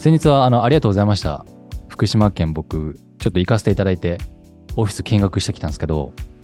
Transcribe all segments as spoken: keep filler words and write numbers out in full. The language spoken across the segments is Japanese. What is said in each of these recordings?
先日はあのありがとうございました。福島県僕、ちょっと行かせていただいて、オフィス見学してきたんですけど、 うん。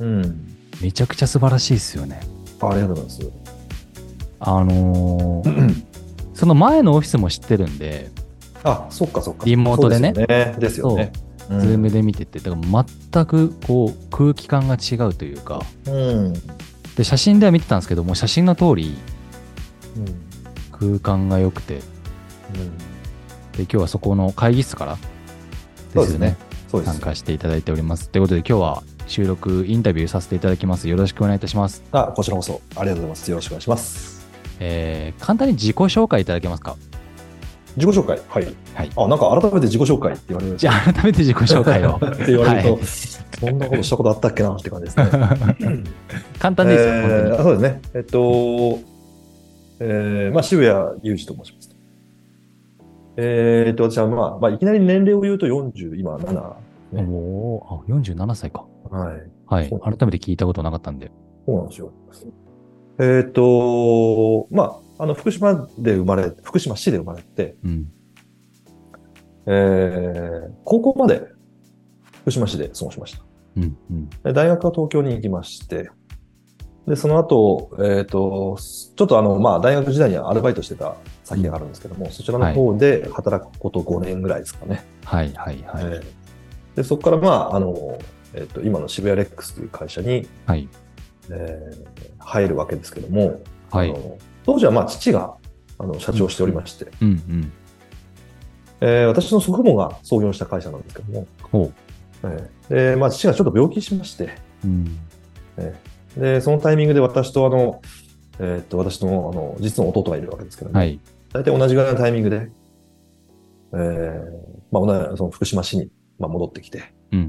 めちゃくちゃ素晴らしいですよね。 あ、ありがとうございます。 あのー、その前のオフィスも知ってるんで、 あ、そっかそっか。 リモートでね。 そうですよね。ですよね。 そう、ズームで見てて、だから全くこう空気感が違うというか、 うん。 で、写真では見てたんですけども、写真の通りうん。 空間が良くて、 うん。 で、今日はそこの会議室からですよね。 そうですね。 参加していただいております。ということで今日は収録インタビューさせていただきます。よろしくお願いいたします。 あ、こちらこそありがとうございます。よろしくお願いします。 えー、簡単に自己紹介いただけますか？ 自己紹介。はい。 はい。 あ、なんか改めて自己紹介って言われる。 じゃあ改めて自己紹介を。 って言われると、 はい、 そんなことしたことあったっけなって感じですね。 簡単でいいですよ、 えー、 本当に。 そうですね。えっと、えー、まあ、渋谷裕二と申します。えーっと、私は、まあ、まあ、いきなり年齢を言うとよんじゅう、今、なな、ね。 おー、あ、よんじゅうななさいか。 はい。 はい。 そう改めて聞いたことなかったんで。 そうなんですよ。えーっと、まあ、あの、福島で生まれ、福島市で生まれて、 うん。 えー、高校まで福島市で過ごしました。 うん。うん。 で大学は東京に行きまして、で、その後、えーっと、ちょっとあの、まあ、大学時代にはアルバイトしてた先があるんですけども、うん、そちらの方で働くことごねんぐらいですかね。 はい、はい、はい。 えー、で、そこから、まあ、あの、えーっと、今の渋谷レックスという会社に、 はい。 えー、入るわけですけども、 はい、 あの当時はまあ父があの社長をしておりまして、 うん、うん。 えー、私の祖父母が創業した会社なんですけども、 ほう。 えーでまあ、父がちょっと病気しまして、 うん。 えー、でそのタイミングで私とあの、えー、っと私のあの実の弟がいるわけですけども、 はい。 大体同じぐらいのタイミングで、えーまあ、同じその福島市に、まあ、戻ってきて、 うん、うん、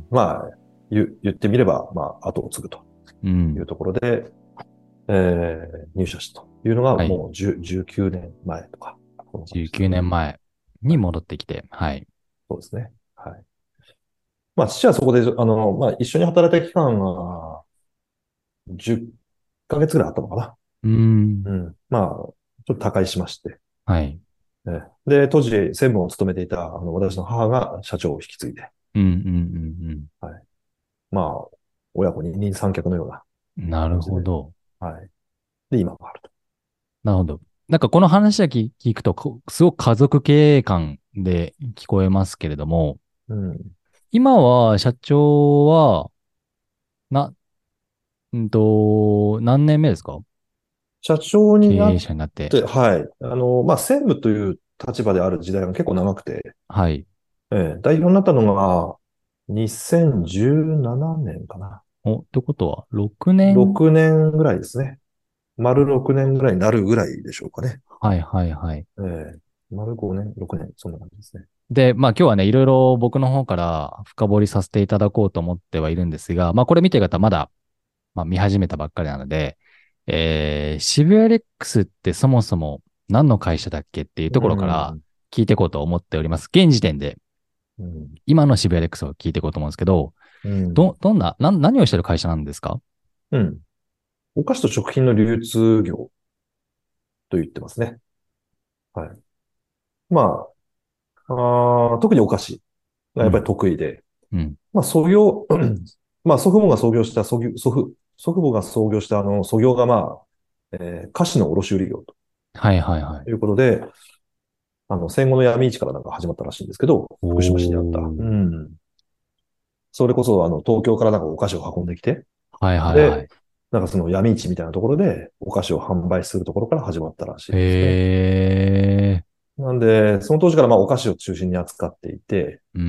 まあ、言言ってみれば、まあ、後を継ぐとうん。うん。 いうところで、えー入社したというのがはい。 もうじゅう、じゅうきゅうねんまえとか、この感じ 19 ですね。 年前にはい。 戻ってきて、はい。 そうですね。はい。まあ、父はそこで、あの、まあ、一緒に働いた期間がじゅっかげつぐらいあったのかな。 うーん。 うん。まあ、ちょっと他界しまして。 はい。 ね、で、当時、専務を務めていた、あの、私の母が社長を引き継いで、 うん、うん、うんはい。まあ、親子二人三脚のようなうん。なる感じで、 ほど。 はい。で、今があると。 なるほど。なんかこの話だけ聞くと、こすごく家族経営感で聞こえますけれども、 うん。 今は社長は、な、うんと、何年目ですか？ 社長になっ経営者になって。 て、はい。あの、まあ、専務という立場である時代が結構長くて、 はい。 ええ、代表になったのがにせんじゅうななねんかな。 お、ってことは、ろくねん。 ろくねんぐらいですね。丸ろくねんぐらいになるぐらいでしょうかね。 はいはいはい。 ええ、丸ごねん、ろくねん、そんな感じですね。 で、まあ今日はね、いろいろ僕の方から深掘りさせていただこうと思ってはいるんですが、まあこれ見てる方まだ、まあ、見始めたばっかりなので、えー、渋谷レックスってそもそも何の会社だっけっていうとうころからん。 聞いていこうと思っております。現時点でうん。 今の渋谷レックスを聞いていこうと思うんですけど、 うん。 ど、どんな、な、何をしてる会社なんですか？ うん。お菓子と食品の流通業と言ってますね。はい。まあ、あー特にお菓子がやっぱりうん、 得意で、 うん。 まあ、創業、まあ、祖父母が創業した祖父、祖父、祖父母が創業したあの、創業がまあ、えー菓子の卸売業とはいはいはい。 いうことで、あの、戦後の闇市からなんか始まったらしいんですけど、福島市にあった。 おー。 うん。それこそ、あの、東京からなんかお菓子を運んできて、 はいはいはで、 い。 なんかその闇市みたいなところでお菓子を販売するところから始まったらしいですね。 へなんで、その当時からまあお菓子を中心に扱っていて、 ー。うん。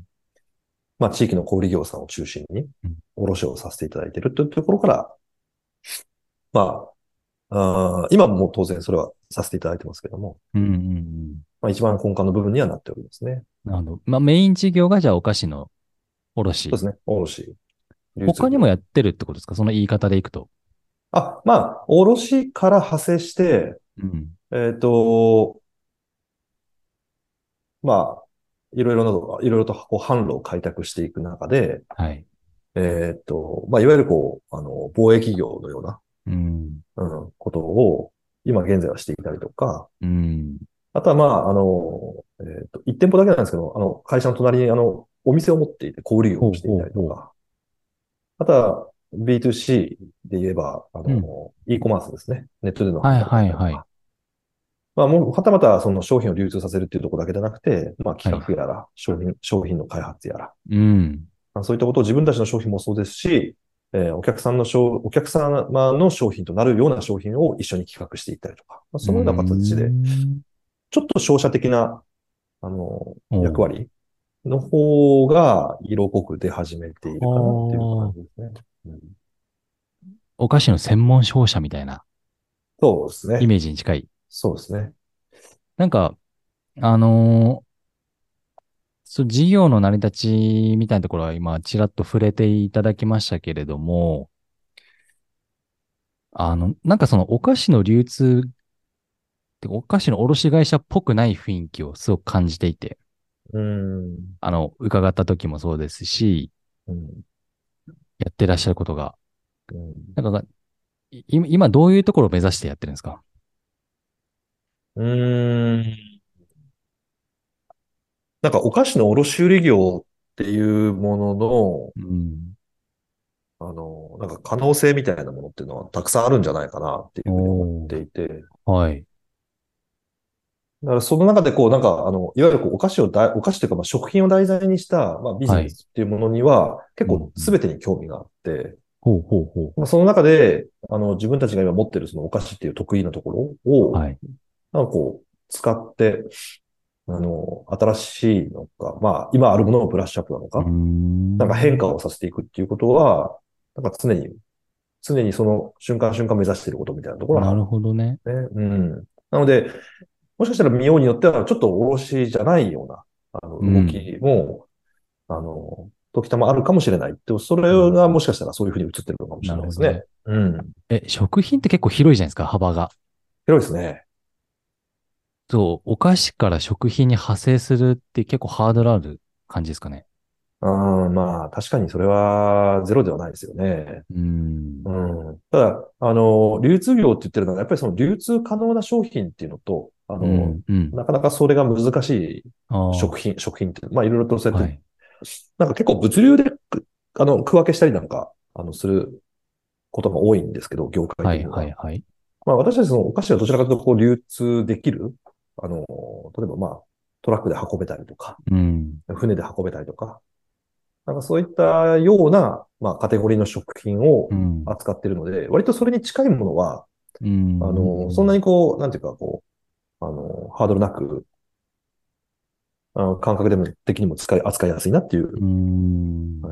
まあ地域の小売業さんを中心に卸をさせていただいているというところから、まあ、あ今ももう当然それはさせていただいてますけども、 うんうんうん。 まあ一番根幹の部分にはなっておりますね。 なるほど。まあメイン事業がじゃあお菓子の卸。 そうですね。卸、流通業。 他にもやってるってことですか？その言い方でいくと。 あ、まあ、卸から派生して、 うん。 えっと、まあ、いろいろなど、いろいろとこう販路を開拓していく中で、 はい。 えっと、まあ、いわゆるこう、あの、貿易業のような、 うん。 うん、ことを、今現在はしていたりとか、 うん。 あとはまあ、あの、えっと、いち店舗だけなんですけど、あの、会社の隣にあの、お店を持っていて、小売業ほうをしていほうほたりとか、あとは ビーツーシー で言えば、あう。うん。 の、e コマースですね。ネットでのはい販売だっはいはい。 たりとか。まあ、もう、はたまたその商品を流通させるっていうところだけじゃなくて、まあ、 はい。 企画やら、商品、商品の開発やら、 うん。 まあそういったことを自分たちの商品もそうですし、えーお客さんの商、お客様の商品となるような商品を一緒に企画していったりとか、まあ、 うーそのような形で、 ん。 ちょっと商社的な、あの、役おう。 割の方が色濃く出始めていあるかなっていう感ー、 じですね。うん、 お菓子の専門商社みたいなそうですね。 イメージに近い。 そうですね。 なんか、あのーそう、事業の成り立ちみたいなところは今、ちらっと触れていただきましたけれども、あの、なんかそのお菓子の流通ってお菓子の卸会社っぽくない雰囲気をすごく感じていて、 うん。 あの、伺った時もそうですし、 うん。 やってらっしゃることが、 うん。 なんか、い今どういうところを目指してやってるんですか？ うーん、なんかお菓子の卸売業っていうものの、 うん。 あの、なんか可能性みたいなものっていうのはたくさんあるんじゃないかなっていうふうに思っおー、 ていて、 はい。 だからその中でこう、なんか、あの、いわゆるこうお菓子をだい、お菓子というか、まあ、食品を題材にした、まあ、ビジはい。 ネスっていうものには、結うん、 構うん。 全てに興味があって、 ほうほうほう。 まあ、その中で、あの、自分たちが今持ってるそのお菓子っていう得意なところを、 はい。 なんかこう、使って、あの、新しいのか、まあ、今あるものをブラッシュアップなのうーか、なんか変化ん。 をさせていくっていうことは、なんか常に、常にその瞬間瞬間目指していることみたいなところはあなるほどね。 るね。うん。なので、もしかしたら見ようによっては、ちょっとおろしじゃないような、あの、動うん。 きも、あの、時たまあるかもしれないって、それうん。 がもしかしたらそういうふうに映ってるのかもしなるほどね。 れないですね。うん。 え、食品って結構広いじゃないですか、幅が。 広いですね。 そう、お菓子から食品に派生するって結構ハードルある感じですかね。 あーまあ、確かにそれはゼロではないですよね。 うーん。 うん。ただ、あの、流通業って言ってるのは、やっぱりその流通可能な商品っていうのと、あの、 うん、うん。 なかなかそれが難しいああ、 食品、食品って、まあいろいろとそうやって、 はい。 なんか結構物流でく、あの、区分けしたりなんか、あの、することが多いんですけど、業界はい、 的には。 はい、はい。 まあ私たちのお菓子はどちらかというとこう流通できる、あの、例えばまあトラックで運べたりとか、 うん、 船で運べたりとか、なんかそういったような、まあカテゴリーの食品をうん、 扱っているので、割とそれに近いものは、 うん、うあの、そんなん、 にこう、なんていうかこう、あの、ハードルなく、あの感覚でも的にも使い、扱いやすいなっていううん。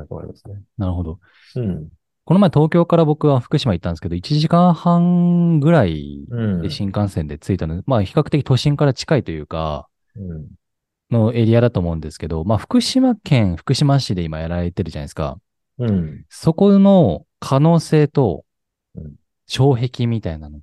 感覚がありますね。 なるほど。 うん。 この前東京から僕は福島行ったんですけど、いちじかんはんぐらいうん。 で新幹線で着いたので、まあ比較的都心から近いというか、 うん。 のエリアだと思うんですけど、まあ福島県福島市で今やられてるじゃないですか。 うん。 そこの可能性とうん。 障壁みたいなのって、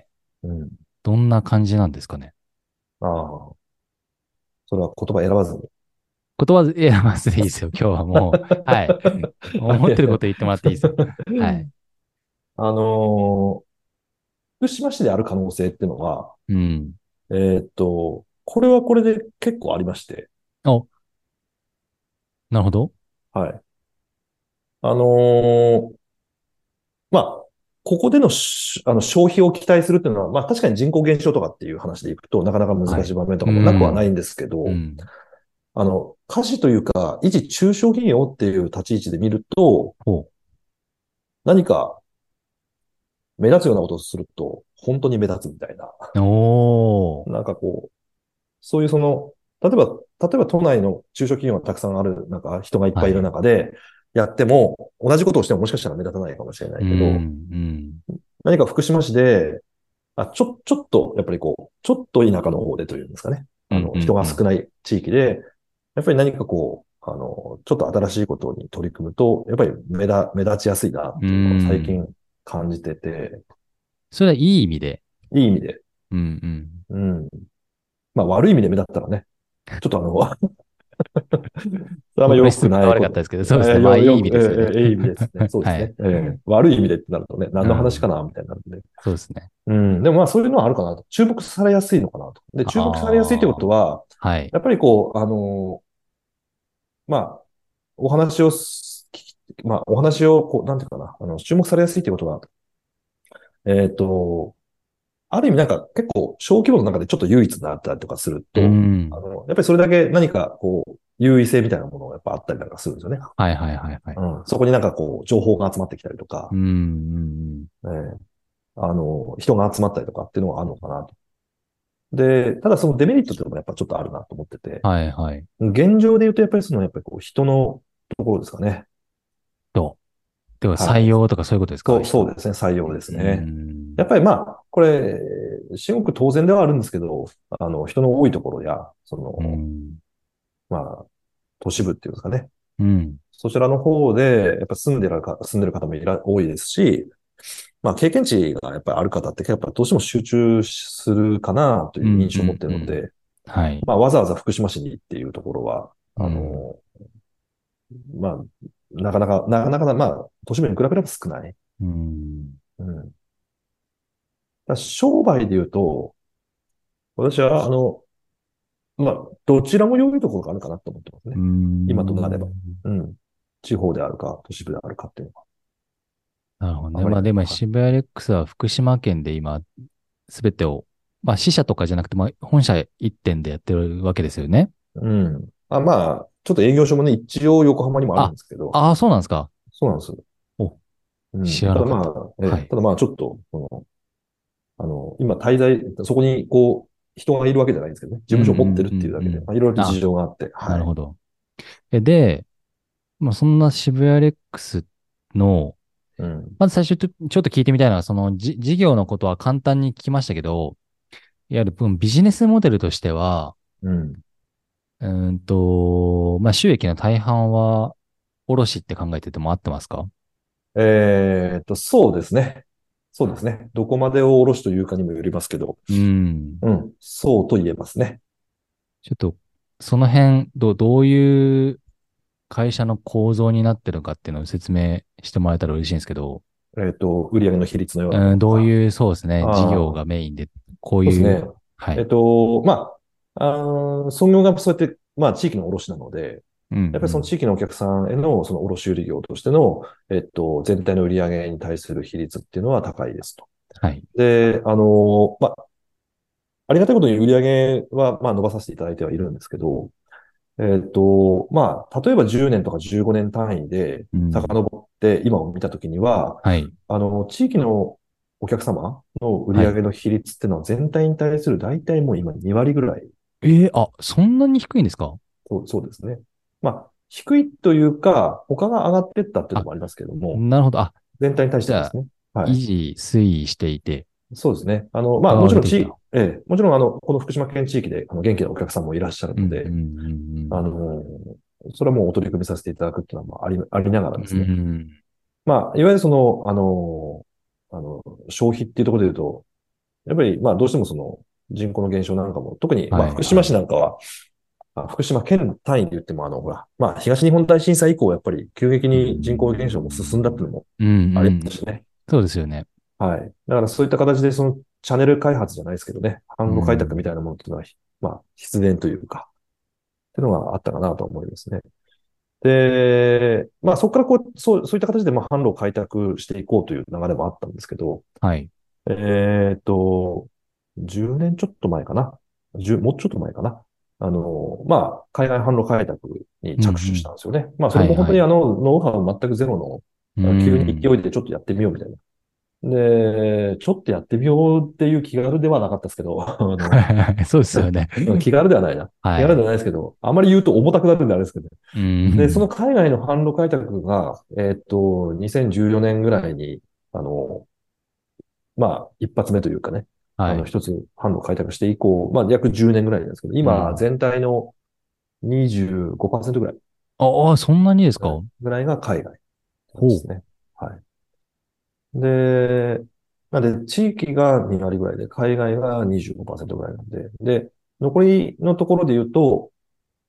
うん。 どんな感じなんですかね。 ああ、それは言葉選ばずに。 言葉選ばずでいいですよ、今日はもう。はい。思ってること言ってもらっていいですよ。はい。 あのー福島市である可能性っていうのは、 うん。 えーっと、これはこれで結構ありまして、 お、なるほど。 はい。あのーまあ、ここでのしあの消費を期待するっていうのは、まあ確かに人口減少とかっていう話でいくとなかなか難はい。 しい場面とうかもなくはなん。 いんですけど、 うん。 あの、菓子というか、一中小企業っていう立ち位置で見ると、 ほ何か目立つようなことをすると、本当に目立つみたいな。 う。おー。 なんかこう、そういうその、例えば、例えば都内の中小企業がたくさんある、なんか人がいっぱいいるはい。 中で、やっても、同じことをしてももしかしたら目立たないかもしれなうん。 いけど、 うん。 何か福島市で、あ、ちょ、ちょっと、やっぱりこう、ちょっと田舎の方でというんですかね。 うん。 あの、 うん。 人がうん。 少ない地域で、やっぱり何かこう、あの、ちょっと新しいことに取り組むと、やっぱり目立、目立ちやすいなっうていうのを最ん。 近感じてて、 それはいい意味で。 いい意味で。 うん。うん。 うん。まあ悪い意味で目立ったらね、ちょっとあの、 あんま僕の良く質問が悪ないこと。 かったですけど、そうですね。 えーまあ、いい意よよく、え味ですよね。 ーえーいい意味ですね。そうですね。 はい。 えー悪い意味でってなるとね、何の話かうん。 なみたいになるんで。 そうですね。 うん。でもまあそういうのはあるかなと。注目されやすいのかなと。で、注目されやすいってこああ、 とは、 はい。 やっぱりこう、あのーまあ、お話をす聞き、まあ、お話を、こう、なんていうかな、あの、注目されやすいってことは、えっと、ある意味なんか結構小規模の中でちょっと唯一だったりとかするうと、あん。 の、やっぱりそれだけ何かこう、優位性みたいなものがやっぱあったりなんかするんですよね。 はいはいはいはい。 うん。そこになんかこう、情報が集まってきたりとうか、 ん。 えーあの、人が集まったりとかっていうのがあるのかなと。で、ただそのデメリットっていうのもやっぱちょっとあるなと思ってて、 はいはい。 現状で言うとやっぱりその、やっぱりこう、人のところですかね。 と。では採はい。 用とかそういうことですか、 そう、 人。 そうですね。採用ですうね。 ん。 やっぱりまあ、これ、至極当然ではあるんですけど、あの、人の多いところや、そうの、 ん。 まあ、都市部っていうんですかね。 うん。 そちらの方で、やっぱ住んでるか、住んでる方もいら、多いですし、まあ、経験値がやっぱりある方ってやっぱどうしても集中するかなとうん。 いう印象を持っうん。うん。 ているので、 はい。 まあ、わざわざ福島市にっていうところは、あうん。 の、まあ、なかなか、なかなか、まあ、都市部に比べれば少ない。 うん。 うん。だから商売で言うと、私は、あの、まあ、どちらも良いところがあるかなと思ってますうね。今となれば。 ん。 うん。地方であるか、都市部であるかっていうのは。 なるほどね。 あまり、 まあでもはい。 渋谷レックスは福島県で今、すべてを、まあ支社とかじゃなくて、まあ本社一店でやってるわけですよね。 うん。あ、まあ、ちょっと営業所もね、一応横浜にもあるんあ、 ですけど、 ああ、そうなんですか。 そうなんです。 お、 うん。 知らなかった。 ただまあ、え、 はい。 ただまあ、ちょっと、その、あの、今滞在、そこにこう、人がいるわけじゃないんですけどね。事うんう務所を持ってるっんうていうだけで、 んうん。 まあ、いろいろと事あ、 情があって、はい。 なるほど。え、で、まあそんな渋谷レックスの、 うん。 まず最初ちょちょっと聞いてみたいのは、そのじ事業のことは簡単に聞きましたけど、いわゆるうんビジネスモデルとしては、 うん。 うーんと、まあ収益の大半は卸って考えてても合ってますか？ えーっと、そうですね。そうですね。どこまでを下ろしというかにもよりますけど、 うん。 うん。そうと言えますね。 ちょっと、その辺、ど、どういう会社の構造になってるかっていうのを説明してもらえたら嬉しいんですけど、 えーっと、売上の比率のようなもうん、 のとか。 どういう、そうですね、事業ああ、 がメインで、こういう、 そうですね。えっはい。 と、まあ、あー創業がそうやって、まあ、地域の卸なので、 うん、うやっぱりそのん。 地域のお客さんへの、その卸売業としての、えっと、全体の売上に対する比率っていうのは高いですと。 はい。 で、あの、まあ、ありがたいことに売上は、まあ、伸ばさせていただいてはいるんですけど、えっと、まあ、例えばじゅうねんとかじゅうごねん単位でうん。 遡って今を見たときには、 はい。 あの、地域のお客様の売はい。 上の比率っていうのは全体に対する大体もう今に割ぐらい。 えー、あ、そんなに低いんですか？ そう、そうですね。まあ、低いというか、他が上がってったっていうのあ、 もありますけども、 なるほど。あ、 全体に対しじゃあ、 てですね。は維い。 持、推移していて、 そうですね。あの、まあ、 他がもちろん地、 上げてきた。 ええ、もちろんあの、この福島県地域であの元気なお客さんもいらっしゃるうん、うので、あん、 の、それはもうお取り組みさせていただくっていうのはまああり、ありながらうん、 ですね。 うん。うん。 まあ、いわゆるその、あの、あの、消費っていうところで言うと、やっぱり、まあ、どうしてもその、人口の減少なんかも、特に、まあ、 はい、 福島はい。 市なんかは、あ福島県単位で言っても、あの、ほら、まあ、東日本大震災以降、やっぱり急激うに人口減少も進んだっていうのん、 もうん、うありまん。 すしね。 そうですよね。 はい。だからそういった形で、その、チャンネル開発じゃないですけどね、 う販路開拓みん。 たいなものっていうのは、まあ、必然というか、っていうのがあったかなと思いますね。で、まあ、そこからこう、そう、そういった形で、まあ、販路を開拓していこうという流れもあったんですけど、 はい。 えっと、じゅうねんちょっと前かな。いちもうちょっと前かな。あの、まあ、海外販路開拓にうん、う着手したん。 んですよね。まあ、それはい、 も本当はい。 にあの、ノウハウ全くゼロうの、あ急にん。 勢いでちょっとやってみようみたいな。で、ちょっとやってみようっていう気軽ではなかったですけど、あの、 そうですよね。 気軽ではないな。気軽ではい。 はないですけど、あまり言うと重たくなるんであれですけどね。 うで、そのん。 海外の販路開拓が、えっと、にせんじゅうよねんぐらいに、あの、まあ、一発目というかね、あの、 はい。 一つ販路を開拓して以降、まあ、約じゅうねんぐらいなんですけど、今、 うん。 全体のにじゅうごパーセントぐらい、 ああ、そんなにですか？ はい、ぐらいが海外なんでほう。 すね。はい。で、なんで、地域がに割ぐらいで、海外がにじゅうごパーセントぐらいなんで、で、残りのところで言うと、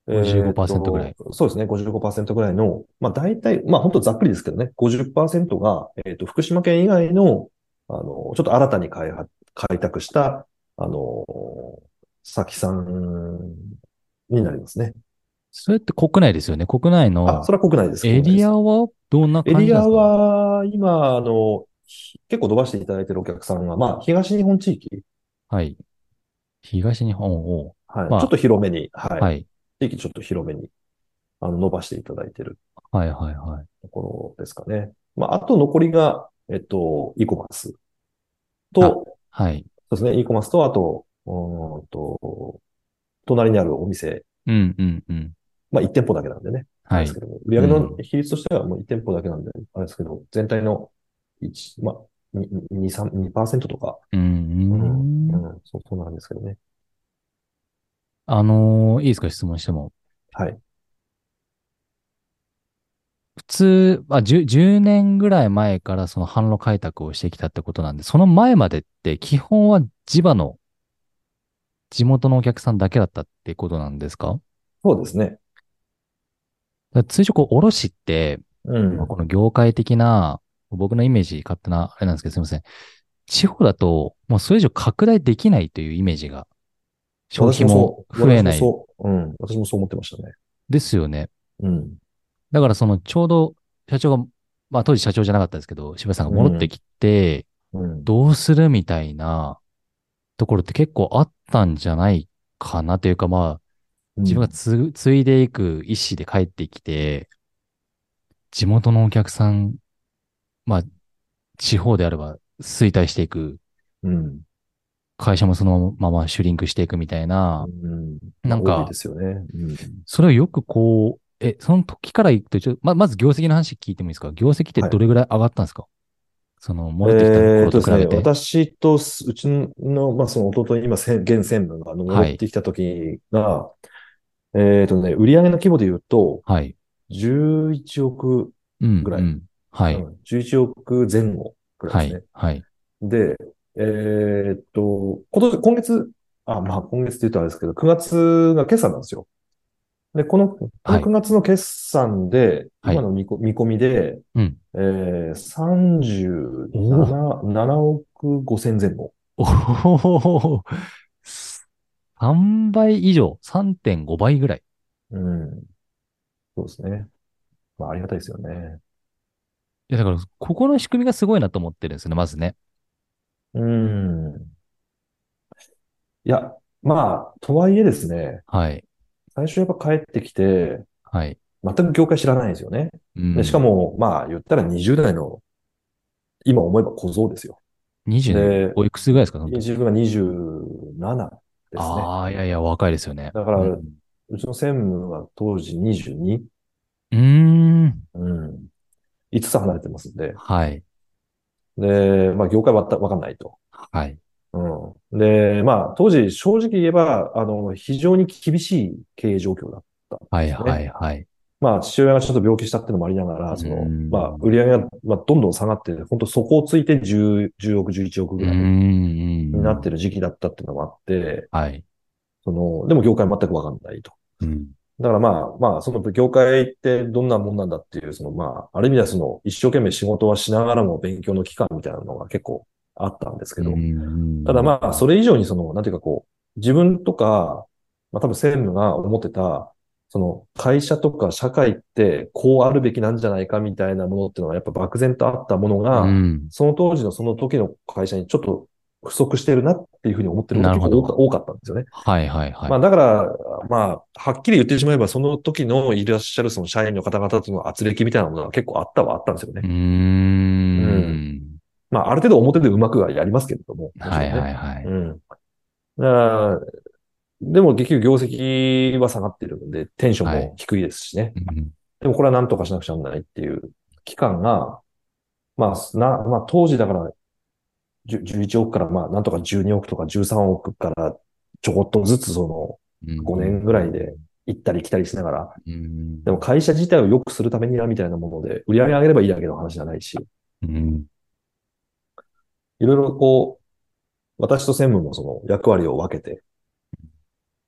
えーっごじゅうごパーセントぐらと、 い。 そうですね、ごじゅうごパーセントぐらいの、まあ大体、まあ本当ざっくりですけどね、ごじゅっパーセントが、えーっと、福島県以外の、あの、ちょっと新たに開発、開拓した、あの、先さんになりますね。 それって国内ですよね。国内あ、 のそれは国内です、国エ内です。 リアはどんなエリア感じなんですか？ は、今、あの、ひ結構伸ばしていただいているお客さんが、まあ、東日本地域、 はい。東日本を、 はい、ちょっまと広めに、はあ、 い、 はい。 地域ちょっと広めに、あの、伸ばしていただいているはいはいはい。 ところですかね。まあ、あと残りが、えっと、e コマースあ、 と、 はい。 そうですね、e コマースと、あと、うーんと、隣にあるお店、 うんうんうん。 まあ、いち店舗だけなんでね、あはい。 れですけども、売上のうん。 比率としてはもういち店舗だけなんで、あれですけど、全体のいち、まあ、に、に、さん、にパーセントとか、 うーうん、 ん。 うん、そう、そうなんですけどね。 あのーいいですか、質問しても。 はい。 普通、あ、じゅう、じゅうねんぐらい前からその販路開拓をしてきたってことなんで、その前までって基本は地場の地元のお客さんだけだったってことなんですか？ そうですね。 だから通常こう、卸って、まあ、 うん。 この業界的な、僕のイメージ、勝手なあれなんですけど、すみません。地方だと、もうそれ以上拡大できないというイメージが、消私費ももそう、私増えない。 もそう、うん、私もそう思ってましたね。 ですよね。 うん、 だからそのちょうど社長が、まあ当時社長じゃなかったですけど、柴田さんがうん、 戻ってきて、 うん、 どうするみたいなところって結構あったんじゃないかなというか、まあ、自分がうん、 つ継いでいく意思で帰ってきて、地元のお客さん、まあ、地方であれば衰退していく、 うん、 会社もそのままシュリンクしていくみたいな、 うん。まあ、多いでなんか、 すよね。うん。 それをよくこう、え、その時から行くと、ちょ、ま、まず業績の話聞いてもいいですか？業績ってはい。 どれぐらい上がったんですか？その戻ってきた頃えーっとですね、 と比べて。 私とす、うちの、まあ、その弟に今、せん現専務があの戻はい。 ってきた時が、えーっとね、売上の規模で言うと、 はい。 じゅういちおくうん、 ぐらい。 うん。はい。 うん、じゅういちおく前後ぐらいではい。 すね。 はい。 で、えーっと、今年、今月、あ、まあ今月って言うとあれですけど、くがつが決算なんですよ。で、この、このはい。 くがつの決算で、 はい。 今の見こ見込みで、 うん。 えー、 おお。 さんじゅうなな、ななおくごせん前後。 おお。さんばい以上。さんてんごばいぐらい。 うん、そうですね。まあ、ありがたいですよね。 いや、だから、ここの仕組みがすごいなと思ってるんですよね、まずね。 うん。いや、まあ、とはいえですね、 はい。 最初やっぱ帰ってきて、 はい。 全く業界知らないんですよね。で、しかうん。 も、まあ、言ったらにじゅう代の、今思えば小僧ですよ。 にじゅうで、 おいくつぐらいですか、その時。 自分がにじゅうななですね。 ああ、いやいや、若いですよね。 だから、 うん。 うちの専務は当時にじゅうに、 うーん。 うん、いつつ離れてますんで、 はい。 で、まあ、業界わったわかんないと。 はい。 うん。で、まあ、当時、正直言えば、あの、非常に厳しい経営状況だったんではい、はすよね。 い、はい。 まあ、父親がちょっと病気したっていうのもありながうーら、その、まあ、 ん。 売り上げが、まあ、どんどん下がって、本当底をついてじゅう、じゅうおく、じゅういちおくうーぐらいになってん。 る時期だったっていうのもあって、 はい。 その、でも業界全くわかんないと。 うん。 だからまあ、まあ、その業界ってどんなもんなんだっていう、そのまあ、ある意味ではその、一生懸命仕事はしながらも勉強の期間みたいなのが結構あったんですうーけど、ただん。 まあ、それ以上にその、なんていうかこう、自分とか、まあ多分専務が思ってた、その会社とか社会ってこうあるべきなんじゃないかみたいなものっていうのがやっぱ漠然とあったものうが、 ん。 その当時のその時の会社にちょっと不足してるなっていうふうに思ってることなるほど。 結構多か多かったんですよね。 はい、はい、はまあい。 だから、まあ、はっきり言ってしまえばその時のいらっしゃるその社員の方々との圧力みたいなものは結構あったはあったんですようーね。うん。 ん。 まあある程度表でうまくはやりますけれども、もちはい、 ろんね。 はい、はい。 うん。だからでも結局業績は下がってるので、テンションはい。 も低いですしね。 うん。 でもこれは何とかしなくちゃならないっていう期間が、まあ、な、まあ当時だからじゅじゅういちおくからまあなんとかじゅうにおくとかじゅうさんおくからちょこっとずつそのうん。 ごねんぐらいで行ったり来たりしながら、 うん。 でも会社自体を良くするためにはみたいなもので、売り上げ上げればいいだけの話じゃないし、 うん。 いろいろこう、私と専務もその役割を分けて、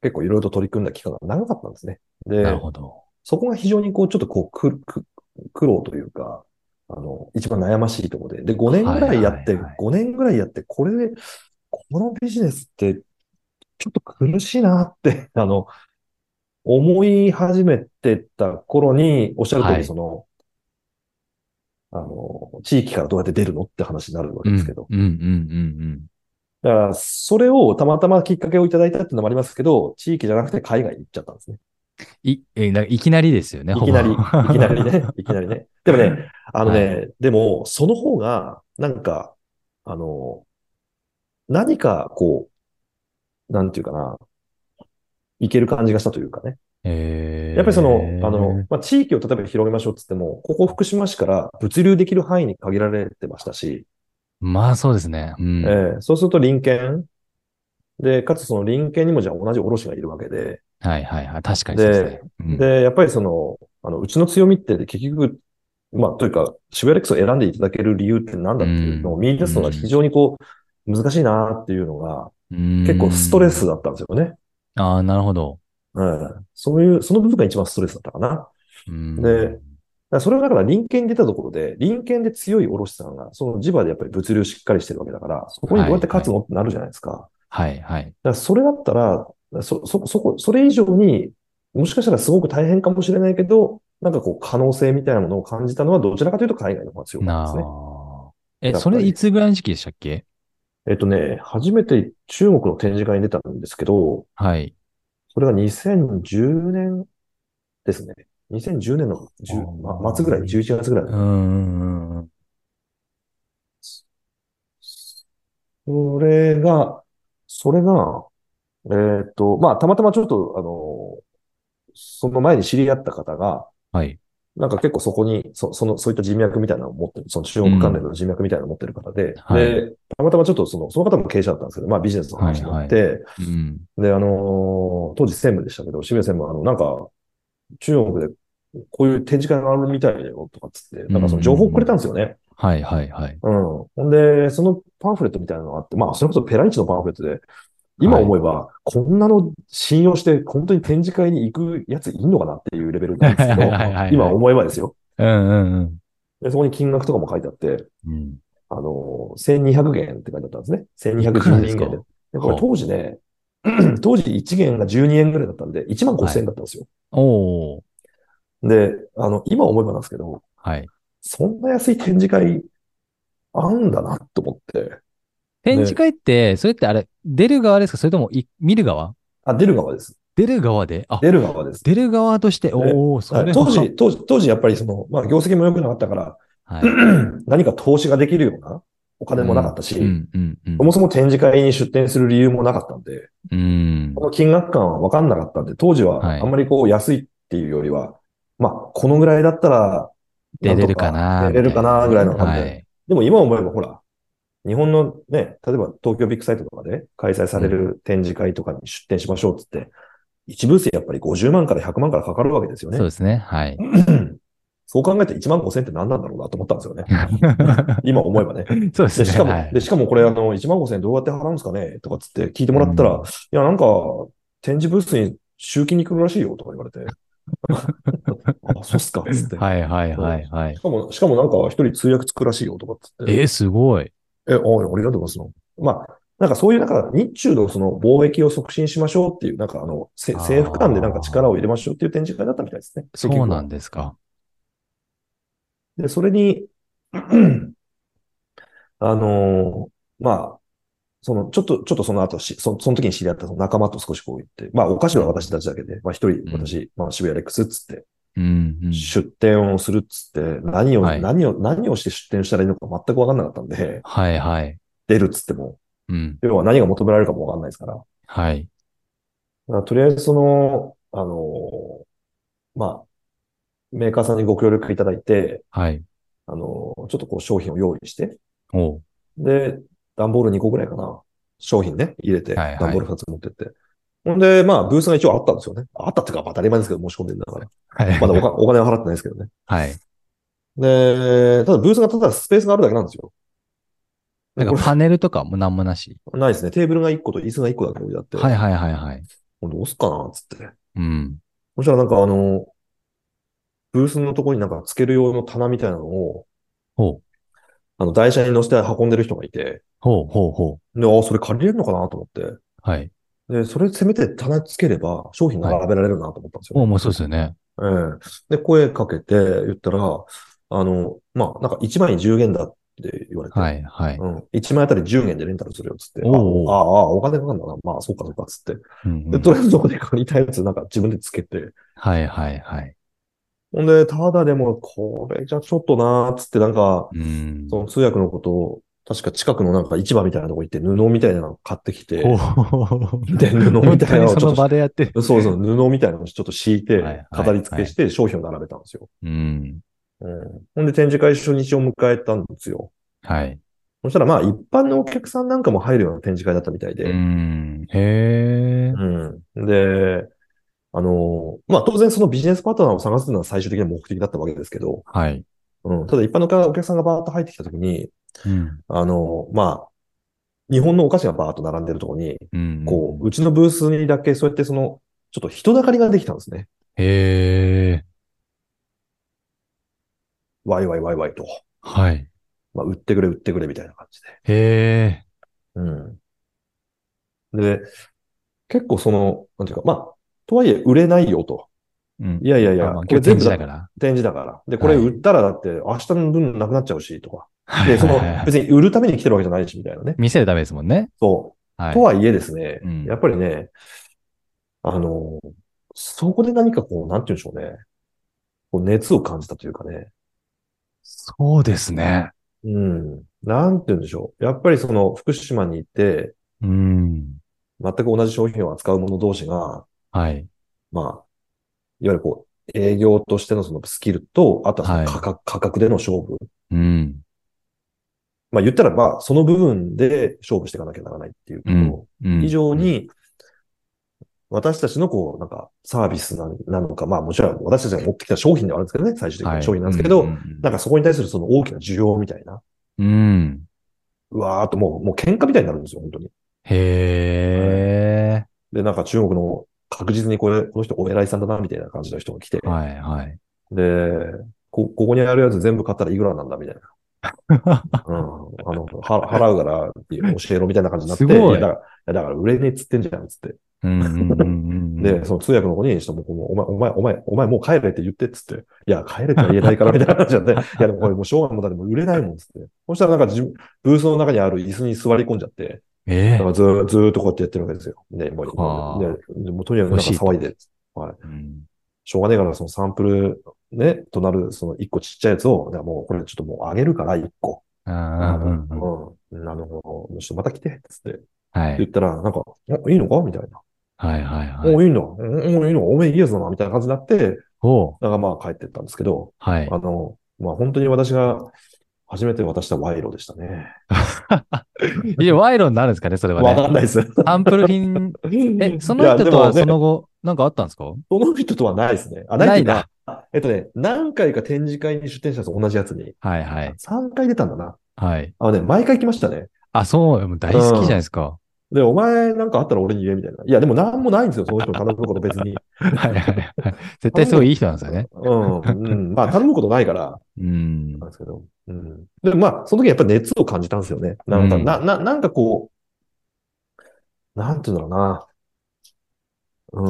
結構いろいろと取り組んだ期間が長かったんですね。 なるで、 ほど。 そこが非常にこう、ちょっとこう、く、く、苦労というか、あの、一番悩ましいところで。で、ごねんぐはいらいやって、 はいはい。 ごねんぐらいやって、これで、このビジネスってちょっと苦しいなって、あの、思い始めてた頃に、おっしゃる通り、 はい。 その、あの、地域からどうやって出るのって話になるわうん、 けですけど。 うん、うん、うん、 だから、それをたまたまきっかけをいただいたっていうのもありますけど、地域じゃなくて海外に行っちゃったんですね。 うん。い、え、なんかいきなりですよね、ほぼ。 いきなり、いきなりね、いきなりね。でもね、あのはい。 ね、でも、その方が、なんか、あの、何かこう、なんていうかな、いける感じがしたというかね。やっぱりその、あの、 えまあ、地域を例えば広げましょうって言っても、ここ福島市から物流できる範囲に限られてましたし、 まあそうですね。うん。 えーそうすると隣県で、かつその隣県にもじゃあ同じ卸がいるわけで、 はいはいはい。確かにそうですで、 ね。うん。 で、やっぱりその、あの、うちの強みって結局、まあ、というか、渋谷レックスを選んでいただける理由って何うだっていうのをん。 見出すのが非うん。 常にこう、難しいなっていうのが、 う結構ストレスん。 だったんですよね。 ああ、なるほど。 うん。そういう、その部分が一番ストレスだったかな。 うで、だかん。 らそれはだから隣県に出たところで、隣県で強い卸さんが、その地場でやっぱり物流しっかりしてるわけだから、そこにどうやって勝つはいはい。 のってなるじゃないですか。 はいはい。 だからそれだったら、そ、そ、そこ、それ以上に、もしかしたらすごく大変かもしれないけど、なんかこう可能性みたいなものを感じたのはどちらかというと海外の方が強かったですね。 なあ。え、それいやっぱり。 つぐらいの時期でしたっけ？ えっとね、初めて中国の展示会に出たんですけど、 はい。 それがにせんじゅうねんですね。にせんじゅうねんのあ 10、ま、末ぐあ、 らい、 に、 じゅういちがつぐらいだうったかな。 ん。うん。 それが、それが、えっと、まあ、たまたまちょっと、あの、その前に知り合った方が、 はい。 なんか結構そこに、そ、その、そういった人脈みたいなのを持ってる、その中国関連うん。 の人脈みたいなのを持ってる方で、 はい。 で、たまたまちょっとその、その方も経営者だったんですけど、まあビジネスの話になっはいはい。 て、 うん。 で、あのー当時専務でしたけど、渋谷専務は、あの、なんか、中国でこういう展示会があるみたいだよ、とかっつって、 うん。うなんかその情報をくれたん。 んですよね。 はいはいはい。 うん。ほんで、そのパンフレットみたいなのがあって、まあ、それこそペライチのパンフレットで、今はい。 思えば、こんなの信用して、本当に展示会に行くやついんのかなっていうレベルなんですけど、 はいはい今はい。 思えばですよ。 うんうんうん。 で、そこに金額とかも書いてあって、 うん。 あの、せんにひゃく元って書いてあったんですね。 いくらせんにひゃくじゅうに元で。 ですか？ で、これは当時ね、当時いち元がじゅうにえんぐらいだったんで、いちまんあ。はごせん円い。 だったんですよ。 おー。 で、あの、今思えばなんですけど、 はい。 そんな安い展示会あんだなと思って。 展示で、 会って、それってあれ、出る側ですか？それともい見る側？ あ、出る側です。 出る側で、あ、 出る側です。 出る側として、 で、 おー、そはい、 れは当時、当時、当時やっぱりその、まあ、業績も良くなかったから、 はい。 何か投資ができるようなお金もなかっうん、 たし、 うん、うん、うん。 そもそも展示会に出展する理由もなかったんで、 うん。 この金額感は分かんなかったんで、当時ははい。 あんまりこう安いっていうよりは、まあ、このぐらいだったら、なんと出れるかか出なみたれるかなぐらいいなね。 の感じで。 はい。 でも今思えばほら、日本のね、例えば東京ビッグサイトとかで開催されうん。 る展示会とかに出展しましょうっつって、一ブースやっぱりごじゅうまんからひゃくまんからかかるわけですよね。 そうですね。はい。 そう考えていちまんごせんって何なんだろうなと思ったんですよね。今思えばね。で、 そうですね。 しかも、で、 はい。 しかもこれあの、いちまんごせんどうやって払うんですかねとかつって聞いてもらったら、いうん。 や、なんか、展示ブースに集金に来るらしいよとか言われて、あ、そうっすかっつって。 はい、はい、はい、 そうはい。 しかも、しかもなんか一人通訳つくらしいよとかっつって、 えー、すごい。 え、おい、ありがとうございますの。まあ、なんかそういう、なんか日中のその貿易を促進しましょうっていう、なんかあの、せ政府間でなんか力をああ、 入れましょうっていう展示会だったみたいですね、結そうなん局は。 ですか。 で、それに、あのーまあ、その、ちょっと、ちょっとその後し、そ、その時に知り合ったその仲間と少しこう言って、まあ、お菓子は私うん、 たちだけで、まあ、一人、 うん、 私、まあ、渋谷レックスっつって、 うん、うん。 出店をするっつって、何を、 はい。 何を、何をして出店したらいいのか全くわかんなかったんで、 はい、はい。 出るっつっても、 うん。 要は何が求められるかもわかんないですから。だかはい。 らとりあえずその、あのーまあ、メーカーさんにご協力いただいて、 はい。 あのーちょっとこう商品を用意して、 おう。 で、段ボールにこぐらいかな。商品ね、入れて、 はい、はい。 段ボールふたつ持ってって。ほんで、まあ、ブースが一応あったんですよね。あったっていうか、当たり前ですけど、申し込んでるんだから。 はい。 まだおかお金は払ってないですけどね。 はい。 で、ただブースがただスペースがあるだけなんですよ。で、これ、 なんかパネルとかもなんもなし。 ないですね。テーブルがいっこと椅子がいっこだけ置いてあって。 はいはいはいはい。 これどうすっかなっつって。 うん。 そしたらなんかあの、ブースのところになんかつける用の棚みたいなのを、 ほう。 あの、台車に乗せて運んでる人がいて、 ほうほうほで、あ、それ借りれるのかなと思って。 う。はい。 で、それせめて棚つければ商品はい。 並べられるなと思ったんですよお、 ね。 もうそうですよね。 ええ。で、声かけて言ったら、あの、まあ、なんかいちまいじゅうげんだって言われて、 はい、はい。 うん。いちまいあたりじゅうげんでレンタルするよ、つって。 おあ、お、あお。 あ、お金かかるんだな。まあ、そうか、そうか、つって。 うんうで、とん。 りあえずそこで借りたやつなんか自分でつけて、 はい、はい、はい。 ほんで、ただでも、これじゃちょっとなーっつってなんか、 うん。 その通訳のことを、確か近くのなんか市場みたいなとこ行って布みたいなの買ってきほう。 て、で、布みたい本当にそのなのをちょっと、 場でやってる。 そうそう、布みたいなのをちょっと敷いて、 はい、はい、 飾り付はい。 けして商品を並べたんですよ。 うん。 うん。ほんで展示会初日を迎えたんですよ。 はい。 そしたらまあ一般のお客さんなんかも入るような展示会だったみたいうで、 ん。へえ。 うん。で、あの、まあ当然そのビジネスパートナーを探すのは最終的な目的だったわけですけど、 はい。 うん。ただ一般のお客さんがバーッと入ってきたときに、 うん。 あの、まあ、日本のお菓子がバーッと並んでるところに、 うん、うん、うこう、 ん。 うちのブースにだけそうやってその、ちょっと人だかりができたんですね。 へえ。 ワイワイワイワイと。 はい。 まあ、売ってくれ売ってくれみたいな感じで。 へえ。 うん。で、結構その、なんていうか、まあ、とはいえ売れないよと。 うん。 いやいやいあ、 や、 まあ今日展これ全部だ、 示だから。 展示だから。で、これはい。 売ったらだって明日の分なくなっちゃうし、とか。 はい、 で、そはい、はい。 の、 はい。 別に売るために来てるわけじゃないし、みたいなね。 見せるためですもんね。 そう。 はい。 とはいえですね、 うん。 やっぱりね、あの、そこで何かこう、なんて言うんでしょうね。こう熱を感じたというかね。 そうですね。 うん。なんて言うんでしょう。やっぱりその福島に行って、 うん。 全く同じ商品を扱う者同士が、 はい。 まあ、いわゆるこう、営業としてのそのスキルと、あとはそのはい。 価格、価格での勝負。 うん。 まあ言ったらば、その部分で勝負していかなきゃならないっていううん。 ところ以うん。うん。 上に、私たちのこう、なんかサービスななのか、まあもちろん私たちが持ってきた商品ではあるんですけどね、最終的にはい。 は商品なんうん。 ですけど、 うん。 なんかそこに対するその大きな需要みたいな、 うん。 うわーっともう、もう喧嘩みたいになるんですよ、本当に。 へはい。 え。 で、なんか中国の確実にこれ、この人お偉いさんだな、みたいな感じの人が来て、 はい。はい。 で、こ、ここにあるやつ全部買ったらいくらなんだ、みたいな。うん。あの、は、払うから教えろみたいな感じになって、いや、 すごい。 だから、いやだから売れねえっつってんじゃん、つって。 うん。うん。うん。うん。 で、その通訳の子に、ちょっともうこのお前、お前、お前、お前もう帰れって言ってっつって、いや、帰れとは言えないからみたいな話になって、いや、でもこれもうしょうがないもんだってもう売れないもんっつって。そしたらなんか自分、ブースの中にある椅子に座り込んじゃって、 ええ。 だからずー、ずーっとこうやってやってるわけですよ。で、もう、もう、 はあ。 で、でもうとにかくなんか欲しいと。 騒いで、はい。 うん。 しょうがねえから、そのサンプル、ね、となる、その一個ちっちゃいやつを、だからもうこれちょっともうあげるから、一個。 うん。 あ、 うん。うん。 うん、あの、ちょっとまた来て、つってはい。 言ったら、なんか、おいいのかみたいな。 はい。はい。はい。 おいいんだ。おおいいのおめえいいやつだな、みたいな感じになって、 おう。 なんかまあ帰ってったんですけど、 はい。 あの、まあ本当に私が初めて渡した賄賂でしたね。 いや、賄賂になるんですかね、それはわね。 かんないです。 サンプル品、え、そいや、 の人とはでもね、 その後、なんかあったんですか？ その人とはないですね。あ、ないっていうか、 ないんだ。 えっとね、何回か展示会に出展したんです同じやつに。 はいはい。 さんかい出たんだな。 はい。 あのね、毎回来ましたね。 あ、そう、もう大好きじゃないでうん。 すか。 で、お前なんかあったら俺に言えみたいな。いや、でもなんもないんですよ、その人に頼むこと別に。 はいはいはい。絶対頼むこすごいいい人なんですよね。 と、うん、うん。まあ、頼むことないから、 うん。 なんですけど。うん。で、まあ、その時やっぱり熱を感じたんですよね。なんか、な、 うん。 な、なんかこう、なんていうんだろうな。うん。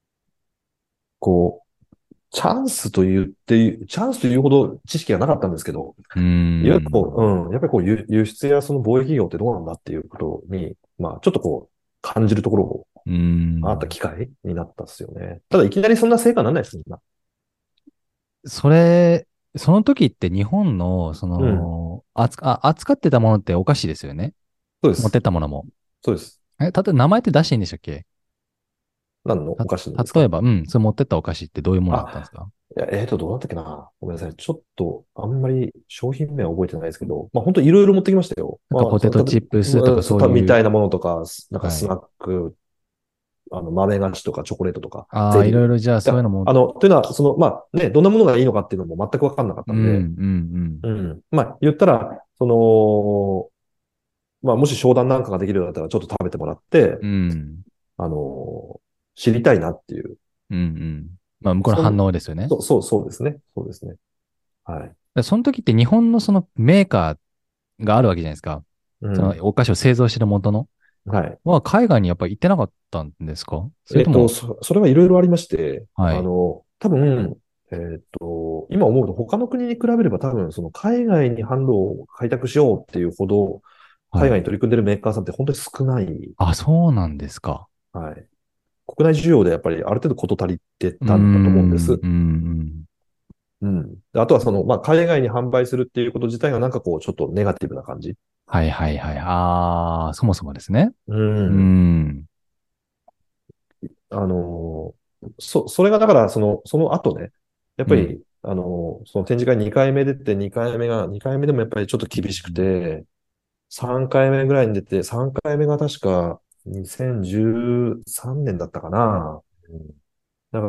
こう、チャンスと言って、チャンスというほど知識がなかったんですけど、 ういわゆるん。 こう、うん。やっぱりこう、輸輸出やその貿易業ってどうなんだっていうことに、まあ、ちょっとこう、感じるところうがあったん。 機会になったんですよね。ただ、いきなりそんな成果にならないです、みんな。 それ、その時って日本の、そうん。 の、扱、あ、扱ってたものってお菓子ですよね。持ってっそうです。 たものも。 そうです。 え、たとえ名前って出していいんでしたっけ？ 何のお菓子のですか？ た、例えば、うん、それ持ってったお菓子ってどういうものだったんですあ、 か？ いや、えーと、どうだったっけな。ごめんなさい。ちょっと、あんまり商品名は覚えてないですけど、まあ本当いろいろ持ってきましたよ。まあ、 なんかポテた、た、 トチップスとかうんそう、た、みそういう、 たいなものとか、すなんかはい。 スナック、あの、豆菓子とかチョコレートとか、 ああ、いゼリー。いろいろじゃあそういうや、 のも、 あの、というのは、その、まあね、どんなものがいいのかっていうのも全くわかんなかっうん、 たんで、 うん、 うん。まあ言ったら、その、まあもし商談なんかができるようだったらちょっと食べてもらって、 うん。うん。 あの、 知りたいなっていう。 うんうん。まあ、向こうの反そん、 応ですよね。 そう、そう、そうですね。そうですね。はい。 でその時って日本のそのメーカーがあるわけじゃないですか。そのうん。 お菓子を製造してる元の。 はい。 は海外にやっぱり行ってなかったんですか？それえっと、 とも、 そ、それはいろいろありまして、 はい。 あの、多分、えっと、今思うと他の国に比べれば多分、その海外に販路を開拓しようっていうほど、 はい。 海外に取り組んでるメーカーさんって本当に少ない。 あ、そうなんですか。 はい。国内需要でやっぱりある程度事足りてうーたんだと思うんでん、 す。 うん、うん。 うん。であとはその、まあ、海外に販売するっていうこと自体がなんかこう、ちょっとネガティブな感じ。 はいはいはい。ああ、そもそもですね。 ううーん。 ん。 あのーそ、それがだから、その、その後ね、やっうん。 ぱり、あのーその展示会にかいめ出て、にかいめが、にかいめでもやっぱりちょっと厳しくて、さんかいめぐらいに出て、さんかいめが確かにせんじゅうさんねんだったかな。だから、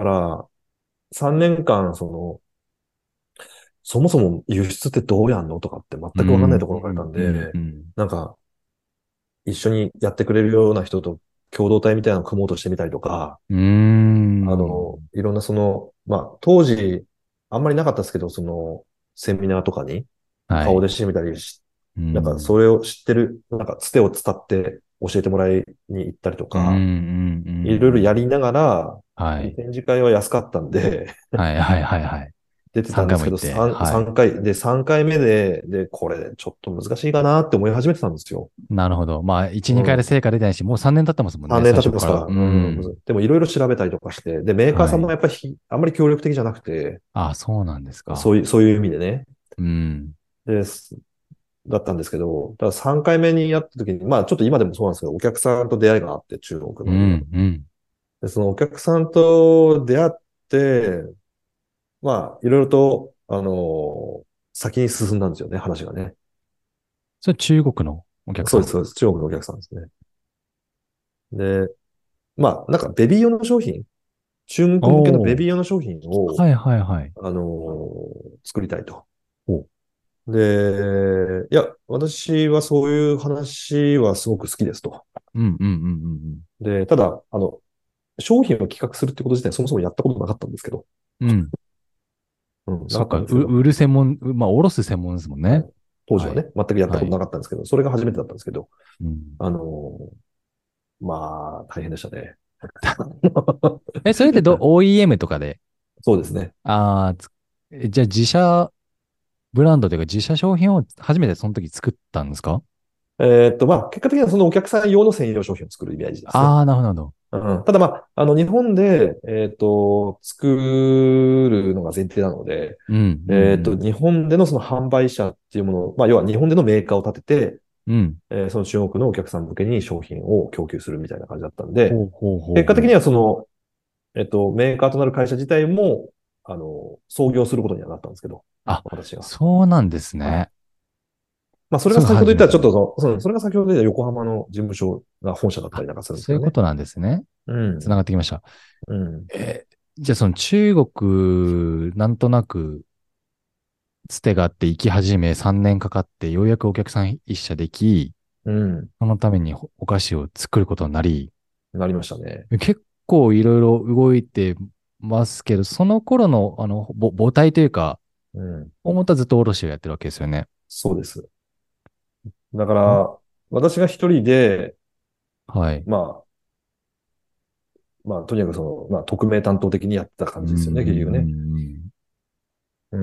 さんねんかん、その、そもそも輸出ってどうやんのとかって全うん、 くわかんないうん、 ところからたんうん、 で、 うん。 なんか、一緒にやってくれるような人と共同体みたいなのを組もうとしてみたりとか、 うーん。 あの、いろんなその、まあ、当時、あんまりなかったですけど、その、セミナーとかにはい。 顔出してみたりし、 うなんか、 ん。 それを知ってる、なんか、つてを伝って教えてもらいに行ったりとうん、うん、 か、 うん、 いろいろうん。 やりながら、 はい。 展示会は安かったんで、 はい、はい、はい、はい。 出てた 3 んですけど、 回も行って、 3、 はい。 三回、で、さんかいめで、で、これ、ちょっと難しいかなって思い始めてたんですよ。 なるほど。まあ、いち、 うにかいでん。 成果出てないし、もうさんねん経ってますもんね、 さんねん最初から。 経ってますから、 ううん。 ん。 でも、いろいろ調べたりとかして、で、メーカーさんもはい。 やっぱりひあんまり協力的じゃなくて、 あ、そうなんですか。 そういう、そういう意味でね。 うん。 で、すだったんですけど、たださんかいめにやった時に、まあちょっと今でもそうなんですけど、お客さんと出会いがあって、中国のいろんな。 うん、うん。 で、そのお客さんと出会って、まあいろいろと、あのー先に進んだんですよね、話がね。 それ中国のお客そうです、 さん。 そうです。中国のお客さんですね。で、まあなんかベビー用の商品、中国向けのベおー。 ビー用の商品を、 はいはいはい。 あのー作りたいと。 お、 で、いや、私はそういう話はすごく好きですと。 うんうんうんで、ただ、あの、商品を企画するってこと自体そもそもやったことなかったんですけど、 うんうん。うん。 うん、なかそっか、う、 ったんですけど、 売る専門、うまあ、おろす専門ですもんね。 はい。当時はい。 はね、全くやったことはい。 なかったんですけど、それが初めてだったんですけど、 うん。 あのーまあ、大変でしたね。 え、それってど、オーイーエム とかで、 そうですね。 ああ、つえじゃあ自社ブランドというか自社商品を初めてその時作ったんですか？ えーっと、まあ、結果的にはそのお客さん用の専用商品を作るイメージですね。 ああー、なるほど、なるほど。 うん、ただまあ、あの、日本で、えーっと、作るのが前提なので、 うん、うん、 えーっと、日本でのその販売者っていうものを、まあ、要は日本でのメーカーを立てて、 うん。うん。 えーその中国のお客さん向けに商品を供給するみたいな感じだったんで、 ほうほうほうほう。 結果的にはその、えっと、メーカーとなる会社自体も、あの、創業することにはなったんですけど、 あ、 私が。 そうなんですはい。 ね。 まあ、それすぐが先ほど言ったらちょっ始めたの。 とその、うんそれが先ほど言った横浜の事務所が本社だったあ、 りなんかするんですけどね。 そういうことなんですね。 うん。 つながってきました。 うん。 えーじゃあその中国、なんとなく、つてがあって行き始めさんねんかかって、ようやくお客さん一社でき、 うん。 そのためにお菓子を作ることになり、 なりましたね。 結構いろいろ動いてますけど、その頃の、あの、ぼ母体というか、 うん。 大元はずっと卸をやってるわけですよね。 そうです。だかんら、私が一人で、 はい。 まあ、まあ、とにかくその、まあ、匿名担当的にやってたうんうんう感じですよね、結局ね。 んうん。 うん。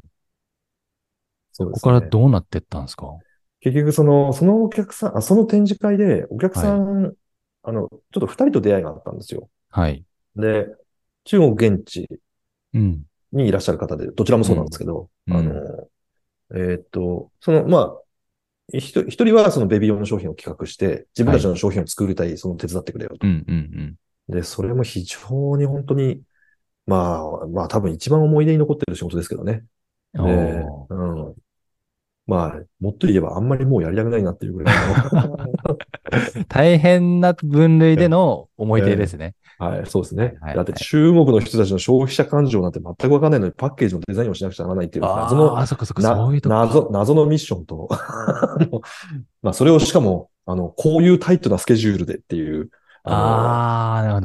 そうでそこからすね。 どうなってったんですか？ 結局その、そのお客さん、あ、その展示会でお客はい。 さん、あの、ちょっと二人と出会いがあったんですよ。 はい。 で、中国現地うん。 にいらっしゃる方で、どちらもそうなんでうん。 すけど、あの、 うん。 えーっと、その、まあ、ひと一人はそのベビー用の商品を企画して、自分はい。 たちの商品を作りたい、その手伝ってくれよと。 うんうんで、それも非常に本当に、まあ、まあ多分一番思い出に残ってる仕事ですけどね。 うん。 で、 おー。 うん。まあ、もっと言えばあんまりもうやりたくないなっていうぐらいの大変な分類での思い出でええすね。 はい、そうですはいね。だってはいはい。 中国の人たちの消費者感情なんて全くわかんないのにパッケージのデザインをしなくちゃならないっていう謎の、 ああ、そっかそっか、そな、 ういうとこか。 謎、謎のミッションとあのまあそれをしかも、あの、こういうタイトなスケジュールでっていう、あの、 ああ、なるほど。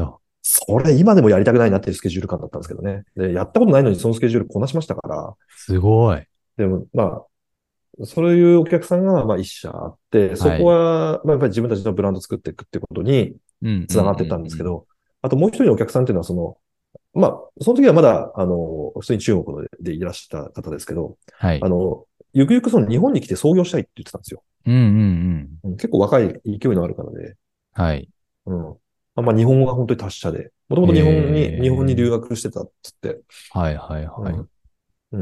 それ今でもやりたくないなっていうスケジュール感だったんですけどね。で、やったことないのにそのスケジュールこなしましたから、 すごい。 でも、まあ、そういうお客さんが、まあ、一社あって、そこはい。 は、まあ、やっぱり自分たちのブランド作っていくってことにうんうんうつながってたんんうん。 ですけど、あともう一人のお客さんっていうのは、その、まあ、その時はまだ、あの、普通に中国ででいらした方ですけど、 はい。 あの、ゆくゆくその日本に来て創業したいって言ってたんですよ。 うんうんうん。 うん、結構若い勢いのある方で、 はい。 うん。あまあ、日本語が本当に達者で、もともへと日本に、日本に留え。 学してたっつって、 はいはいはい。 うん。うん。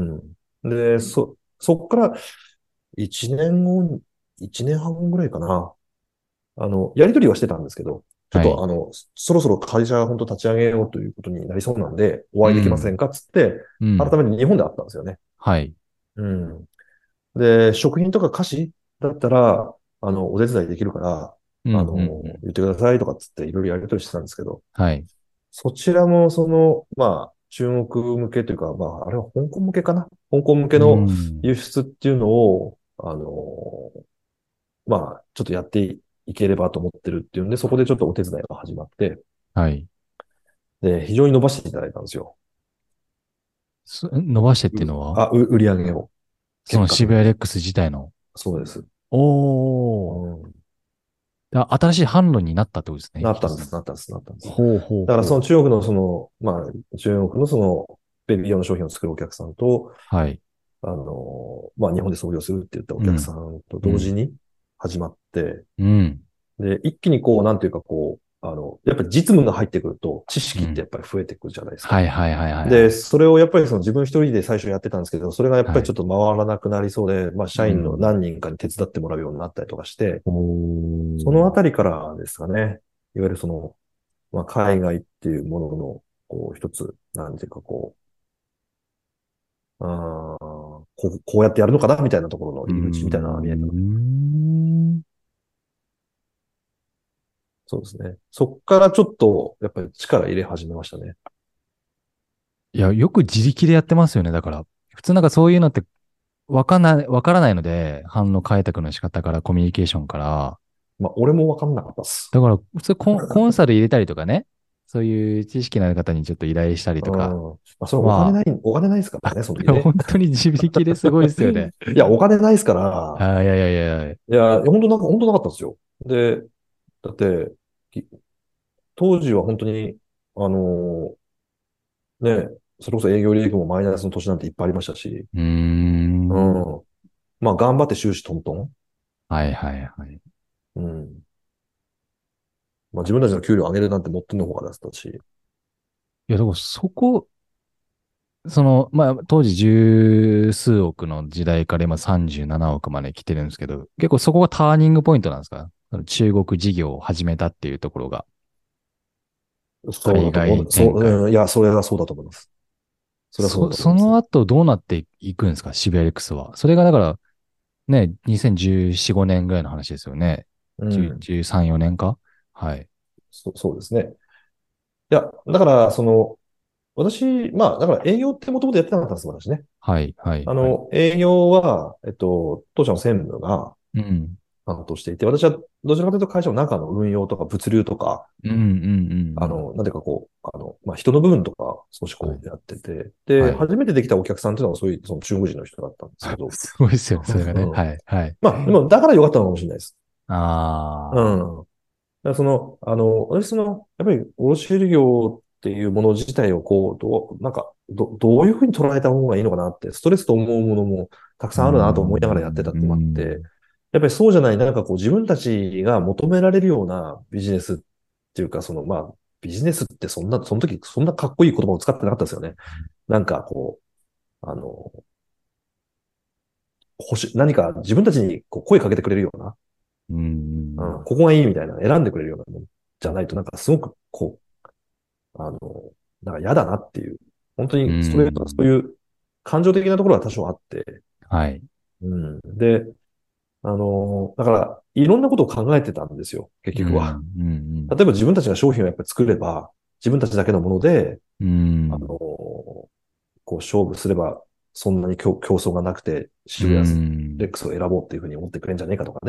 で、そ、そっから一年後、一年半後ぐらいかな。あの、やりとりはしてたんですけど、ちょっはい。 とあの、そろそろ会社本当立ち上げようということになりそうなんで、お会いできませうん。 んかっつって、 うん。 改めて日本で会ったんですよね。 はい。 うん。で、食品とか菓子だったら、あの、お手伝いできるから、 うんうんあの、 うん。 言ってくださいとかっつっていろいろやりとりしてたんですけど、 はい。 そちらもその、まあ、中国向けというか、まあ、あれは香港向けかな。香港向けうのん。 輸出っていうのを、あの、まあ、ちょっとやっていければと思ってるっていうんで、そこでちょっとお手伝いが始まって、 はい。 で、非常に伸ばしていただいたんですよ。 す伸ばしてっていうのは、 うあ、う売り上げを。 その結果的に。 渋谷レックス自体の。 そうです。うおー。 ん。 だ新しい販路になったってことですね、一つの。 なったんです、なったんです、なったんです。 ほうほうだからそほう。 の中国のその、まあ、中国のその、ベビー用の商品を作るお客さんと、 はい。 あの、まあ、日本で創業するって言ったお客さうん。 んとうん。 同時に始まって、 うん。 で、一気にこう、なんていうかこう、あの、やっぱり実務が入ってくると、知識ってうん。 やっぱり増えてくるじゃないですか。 はいはいはいはいはで、 い。 それをやっぱりその自分一人で最初やってたんですけど、それがやっぱはい。 りちょっと回らなくなりそうで、まあ、 う社員のん。 何人かに手伝ってもらうようになったりとかして、 おそのあー。 たりからですかね、いわゆるその、まあ、海外っていうものの、こう、一つ、なんていうかこう、あーこう、こうやってやるのかなみたいなところのうー入り口みたいなのが見えた。 ん。 そうですね。そっからちょっと、やっぱり力入れ始めましたね。 いや、よく自力でやってますよね。だから、普通なんかそういうのってわかんない、わからないので、反応開拓の仕方からコミュニケーションから。 まあ、俺もわかんなかったっす。 だから、普通コン、コンサル入れたりとかね、そういう知識のある方にちょっと依頼したりうん。 とか、 まあ、それお金まない、お金ないですからね、その時あ、 ね。 本当に自力ですごいですよね。 いや、お金ないですから、 あーいやいやいやいや。 いや、本当なんか、本当なかったんですよ。で、だって、き当時は本当に、あのね、それこそ営業利益もマイナスの年なんていっぱいありましたし、 うーうん。 ん。まあ、頑張って収支トントン。 はいはいはい。 うん。まあ、自分たちの給料上げるなんてもってのほかだったし。 いや、でもそこ、その、まあ、当時十数億の時代から今さんじゅうななおくまで来てるんですけど、結構そこがターニングポイントなんですか？その中国事業を始めたっていうところが、 そう海外だと思う。そ展開。 う、うん、いや、それはそうだと思います。それはそうそ、 だと思いますね。 その後どうなっていくんですか渋谷 X は。それがだからね、にせんじゅうよん、ごねんぐらいの話ですよね。じゅう、 うん。 じゅうさん、よねんか。はい。 そ、そうですね。いや、だから、その、私、まあ、だから営業ってもともとやってなかったんです、私ね。 はい、はい、はい。 あの、営業は、えっと、当社の専務がうん。 担当していて、私はどちらかというと会社の中の運用とか物流とか、 うん、うん、うん、うん。 あの、なんていうかこう、あの、まあ、人の部分とか少しはい、 こうやってて、で、 はい。 初めてできたお客さんっていうのはそういう、その中国人の人だったんですけど、 すごいですよね、それがね。 うん、 はい、はい。 まあ、でも、だから良かったのかもしれないです。うん。 ああ。 だからその、あの、私その、やっぱり卸売業っていうもの自体をこう、どう、なんか、ど、どういうふうに捉えた方がいいのかなって、ストレスと思うものもたくうーさんあるなと思いながらやってん、うーたってのもあって、 ん、 やっぱりそうじゃない、なんかこう自分たちが求められるようなビジネスっていうか、その、まあ、ビジネスってそんな、その時そんなかっこいい言葉を使ってなかったですよね。なんかこう、あの、欲し、何か自分たちにこう声かけてくれるような、 うーん、 うん、ここがいいみたいな、選んでくれるようなものじゃないと、なんかすごくこう、あの、なんか嫌だなっていう、本当うーにストレートなそうん、 いう感情的なところは多少あって、 はい。 うん。で、あの、だから、いろんなことを考えてたんですよ、結うん、 局は。 うん、 例えば自分たちが商品をやっぱり作れば、自分たちだけのもので、 うん、 あの、 うん、 こう勝負すれば、そんなに競競争がなくて、 う渋谷レッん、 クスを選ぼうっていうふうに思ってくれるんじゃねえかとかね。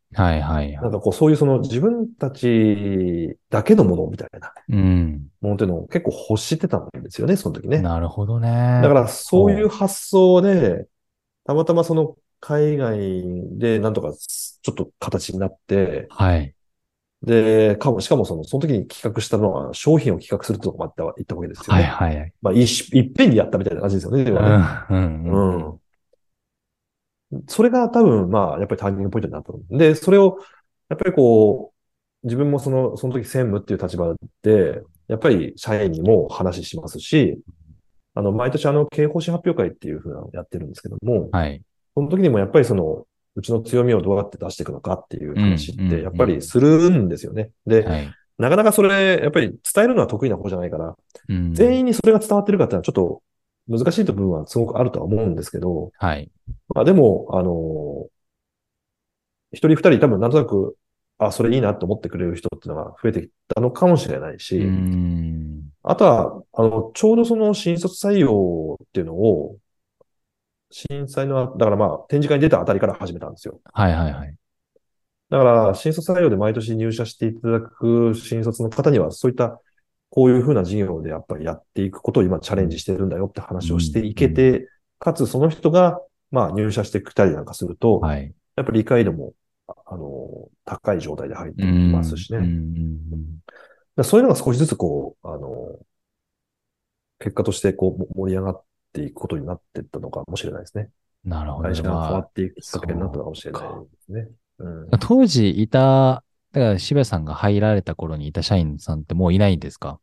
はいはいはい。 なんかこう、そういうその自分たちだけのものみたいなうん。 ものっていうのを結構欲してたんですよね、その時ね。 なるほどね。 だからそういうほ発想で、たまたまその海外でなんとかちょっと形になって、 う。はい。 で、かも、しかもその、その時に企画したのは商品を企画するとこまでは行ったわけですよはいね。 はいはい。 まあ、一し、いっぺんにやったみたいな感じですよね、でうん、 はね。 うん、うん、うん。 うん。それが多分、まあ、やっぱりターニングポイントになったと思う。で、それを、やっぱりこう、自分もその、その時専務っていう立場で、やっぱり社員にも話しますし、あの、毎年あの、経営方針発表会っていうふうなのをやってるんですけども、 はい。 その時にもやっぱりその、うちの強みをどうやって出していくのかっていううん、うん、 話って、やっぱりうん。 するんですよね。で、 はい。 なかなかそれ、やっぱり伝えるのは得意な方じゃないから、 うん。 全員にそれが伝わってるかっていうのはちょっと難しい部分はすごくあるとは思うんですけど、 はい。 まあでも、あの、一人二人多分なんとなく、あ、それいいなと思ってくれる人っていうのが増えてきたのかもしれないうーし、 ん。 あとは、あの、ちょうどその新卒採用っていうのを、震災の、だからまあ、展示会に出たあたりから始めたんですよ。 はいはいはい。 だから、新卒採用で毎年入社していただく新卒の方には、そういった、こういうふうな事業でやっぱりやっていくことを今チャレンジしてるんだよってうん、 話をしていうん。 けて、かつその人が、まあ入社してきたりなんかすると、 はい。 やっぱり理解度も、ああの、高い状態で入っうてきますん、うん、うしね。 ん。 だそういうのが少しずつこう、あの、結果としてこう盛り上がっていくことになっていったのかもしれないですね。 なるほどね。 会社が変まあ、 わっていくきっかけになったそうのかもしれないでか。 すね。うん。 当時いた、だから渋谷さんが入られた頃にいた社員さんってもういないんですか？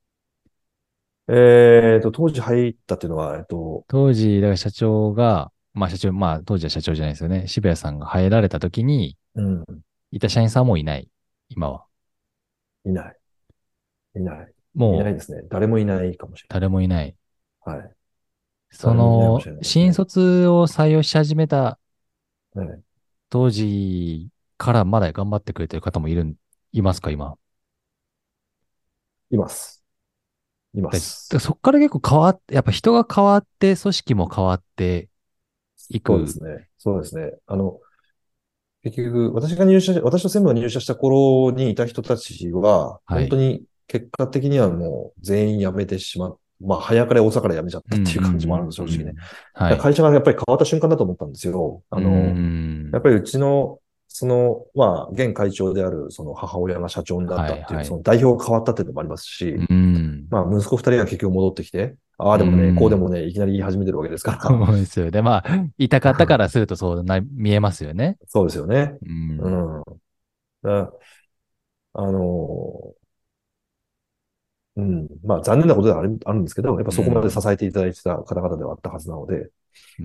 えっと、当時入ったっていうのは、えっと、 当時、だから社長が、まあ社長、まあ当時は社長じゃないですよね。渋谷さんが入られた時に、 うん、 いた社員さんはもういない。今は。 いない。いない。いなもういですね。誰もいないかもしれ誰もいない。 ない。はい。 そ誰もいないかもしの、 れないです新ね。 卒を採用し始めたはい。 当時からまだ頑張ってくれてる方もいるん、いますか、今。 います。いまで、です。 そっから結構変わって、やっぱ人が変わって、組織も変わっていく。 そうですね。そうですね。あの、結局、私が入社し、私と専務が入社した頃にいた人たちは、 はい。 本当に結果的にはもう全員辞めてしまっ、まあ、早かれ遅かれ辞めちゃっうん、うん、 たっていう感じもあるんです、正うん、う直ね。 ん。はい。 だから会社がやっぱり変わった瞬間だと思ったんですよ。 うーあの、やっぱん。 りうちの、その、まあ、現会長である、その母親が社長になっはい、 たっていう、 はい。 その代表が変わったっていうのもありますうし、 ーん。 まあ、息子二人が結局戻ってきて、ああうーでもね、こうでもん。 ね、いきなり言い始めてるわけですかそうですよね。まあ、いた方から。 らするとそうな、見えますよね。 そうですよね。 うん。 うん。だあの、うん。まあ、残念なことではある、あるんですけど、やっぱうそこまで支ん。 えていただいてた方々ではあったはずなので、 うん。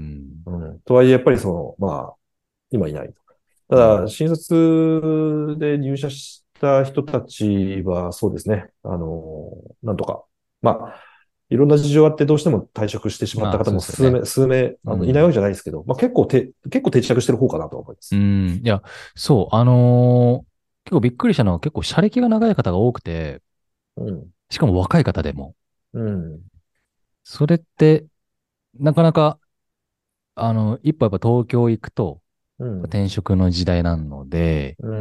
うん。とはいえ、やっぱりその、まあ、今いないと。たうん。 だ、新卒で入社した人たちは、そうですね。あの、なんとか。まあ、いろんな事情あってどうしても退職してしまっまあ、 た方そうですよね。 も数名、数名、あの、いないわうん。 けじゃないですけど、まあ結構て、結構定着してる方かなと思います。 うん。いや、そう、あのー結構びっくりしたのは結構社歴が長い方が多くて、 うん。 しかも若い方でも。 うん。 それって、なかなか、あの、一歩やっぱ東京行くと、 うん。 転職の時代なので、 うん。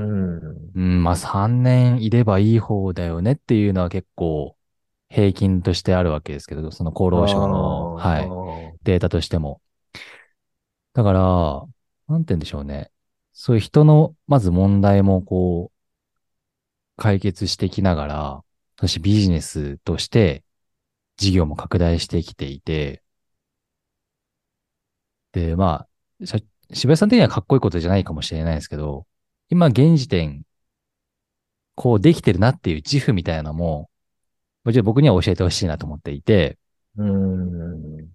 うん、まあさんねんいればいい方だよねっていうのは結構平均としてあるわけですけど、その厚あ労省の、 あ、あはい、 あ、 データとしても。だから、なんて言うんでしょうね。そういう人の、まず問題もこう、解決していきながら、そしてビジネスとして事業も拡大してきていて、で、まあ、しゃ渋谷さん的にはかっこいいことじゃないかもしれないですけど、今現時点、こうできてるなっていう自負みたいなのも、もちろん僕には教えてほしいなと思っていて、 うん。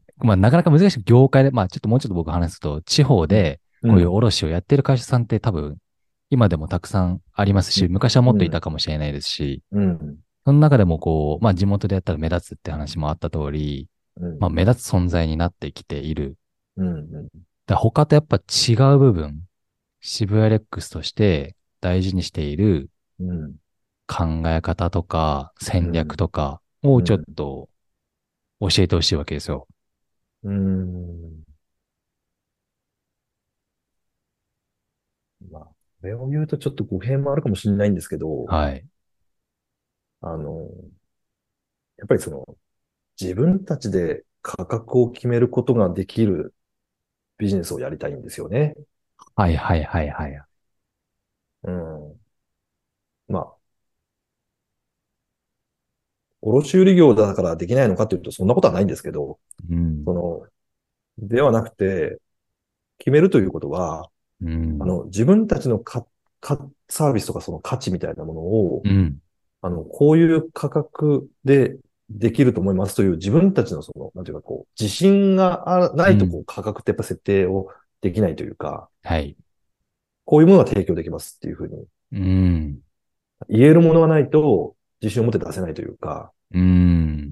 まあ、なかなか難しい業界で、まあ、ちょっともうちょっと僕話すと、地方うん。 でうん。 こういう卸をやってる会社さんって多分、今でもたくさんありますし、昔はもっといたうん。 かもしれないですし、 うん。 その中でもこう、まあ、地元でやったら目立つって話もあった通り、まあ、 うん。 目立つ存在になってきている。 うん。 だ他とやっぱ違う部分、渋谷レックスとして大事にしているうん。 考え方とか戦略うん。 とかをちょっうん。 と教えてほしいわけですよ。 うん。まあ。 これを言うとちょっと語弊もあるかもしれないんですけど、 はい。 あの、やっぱりその、自分たちで価格を決めることができるビジネスをやりたいんですよね。 はいはいはいはい。 うん。まあ、卸売業だからできないのかというと、そんなことはないんですけど、 うん。 その、ではなくて、決めるということは、 うん。 あの、自分たちのか、か、サービスとかその価値みたいなものを、 うん。 あの、こういう価格でできると思いますという自分たちのその、なんていうかこう、自信があないとこうん。 う価格ってやっぱ設定をできないというか、 はい。 こういうものが提供できますっていうふうにうん。 言えるものがないと自信を持って出せないというか、 うん。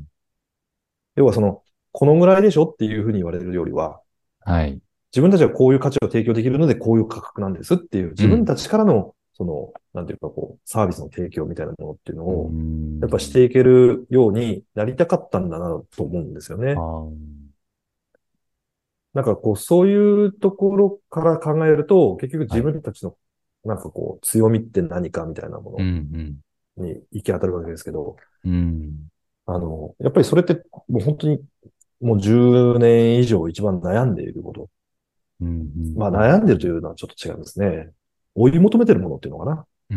要はその、このぐらいでしょっていうふうに言われるよりは、 はい。 自分たちはこういう価値を提供できるのでこういう価格なんですっていううん。 自分たちからの、その、なんていうかこう、サービスの提供みたいなものっていうのうを、やっぱしん。 ていけるようになりたかったんだなと思うんですよあね。 ーなんかこう、そういうところから考えると、結局自はい。 分たちの、なんかこう、強みって何かみたいなうん。 もうん。 のに行き当たるわけですけど、 うん。 あの、やっぱりそれってもう本当にもうじゅうねん以上一番悩んでいること。 うん。 まあうん。 悩んでるというのはちょっと違うんですね。追い求めてるものっていうのかな。 うん。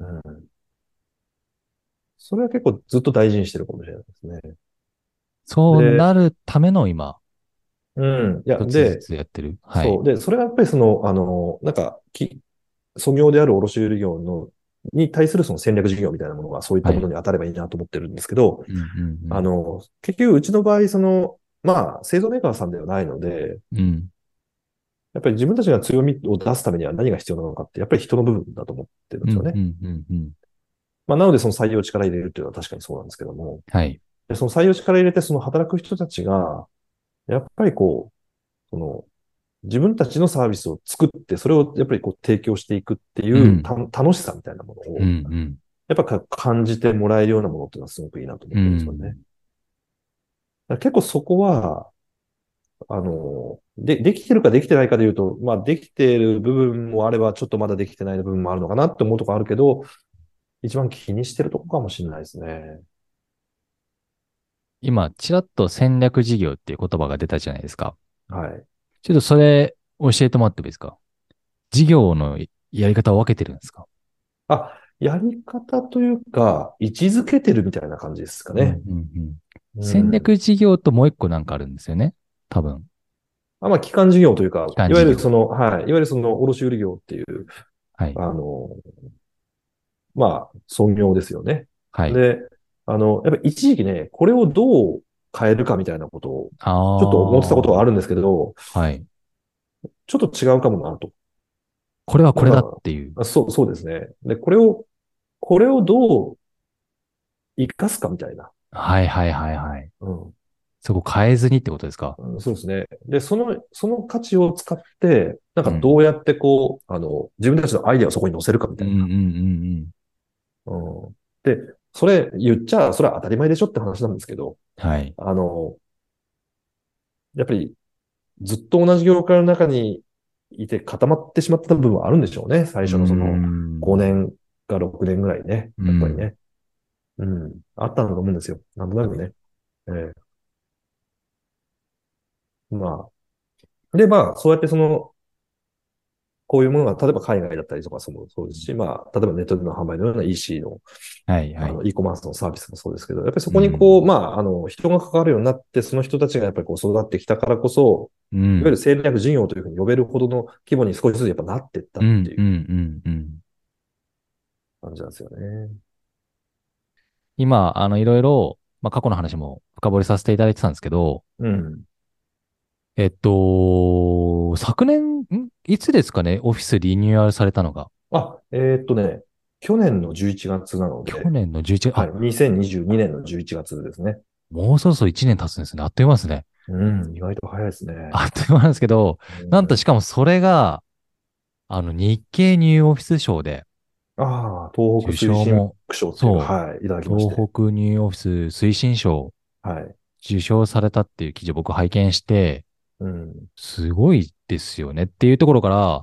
うん。それは結構ずっと大事にしてるかもしれないですね。 そうで、 なるための今、 うん。いや、 一つずで、 つやってる。はい。 そう。で、それはやっぱりその、あの、なんか、き、創業である卸売業の、に対するその戦略事業みたいなものがそういったはい。 ものに当たればいいなと思ってるんですけど、 うん。うん。 あの、結局うちの場合、その、まあ、製造メーカーさんではないので、 うん。 やっぱり自分たちが強みを出すためには何が必要なのかって、やっぱり人の部分だと思ってるんうん。 ですよね。 うん。うん。うん。 まあ、なのでその採用力入れるっていうのは確かにそうなんですけども、 はい。 でその採用力入れてその働く人たちが、やっぱりこう、その、自分たちのサービスを作って、それをやっぱりこう提供していくっていううん。 た楽しさみたいなものうん。うを、 ん。 やっぱか感じてもらえるようなものっていうのはすごくいいなと思っうてるんですよね。だかん。 ら結構そこは、あの、で、できてるかできてないかで言うと、まあできてる部分もあれば、ちょっとまだできてない部分もあるのかなって思うところあるけど、一番気にしてるとこかもしれないですね。 今、ちらっと戦略事業っていう言葉が出たじゃないですか。 はい。 ちょっとそれ教えてもらってもいいですか？事業のやり方を分けてるんですか？ あ、やり方というか、位置づけてるみたいな感じですかうん。うね。 ん。うん。 うん。 戦略事業ともう一個なんかあるんですよね。多分。 あ、まあ、基幹事業というか、 基幹いわ事業。 ゆるその、はい、いわゆるその、卸売業っていう、 はい。 あの、まあ、創業ですよね。 はい。 で、あの、やっぱ一時期ね、これをどう変えるかみたいなことを、 あちょっと思ってたことはああ。 るんですけど、 はい。 ちょっと違うかもなと。 これはこれだっなんか、 ていう。 あそう、そうですね。で、これを、これをどう活かすかみたいな。 はいはいはいはい。 うん。 そこ変えずにってことですか？ うんそうですね。で、その、その価値を使って、なんかうん。 どうやってこう、あの、自分たちのアイデアをそこに乗せるかみうんうんたいな。 うんうん。で、それ言っちゃ、それは当たり前でしょって話なんですけど、 うん。はい。 あの、やっぱりずっと同じ業界の中にいて固まってしまった部分はあるんでしょうね。最うー初のその5 ん。 年かろくねんぐらいね。 うん。 やっぱりね。うん。あったんだと思うんですよ。なんとなくね。えーまあ。で、まあ、そうやってその、こういうものが、例えば海外だったりとかそもそうですし、まあ、例えばネットでの販売のような イーシー の、 はいはい。 あの、e コマースのサービスもそうですけど、やっぱりそうん。 こにこう、まあ、あの、人が関わるようになって、その人たちがやっぱりこう育ってきたからこそ、いわゆるうん。 戦略事業というふうに呼べるほどの規模に少しずつやっぱなっていったうん。 っていううん。うん。うん。 感じなんですよね。 今、あの、いろいろ、まあ、過去の話も深掘りさせていただいてたんですけど、 うん。 えっと、昨年、んいつですかね、オフィスリニューアルされたのが。 あ、えーっとね、去年のじゅういちがつなので、 去年のじゅういち、あ、 はい、にせんにじゅうにねんのじゅういちがつですね。 もうそろそろいちねん経つんですね。あっという間ですね。 うん、意外と早いですね。 あっという間なんですけど、 うなんとしん、 かもそれが、あの、日経ニューオフィス賞で、 ああ、東北受推進賞も、 賞っていう、 そはい、いただきう、 まして。 東北ニューオフィス推進賞はい。 受賞されたっていう記事を僕拝見して、 うん、 すごいですよねっていうところから、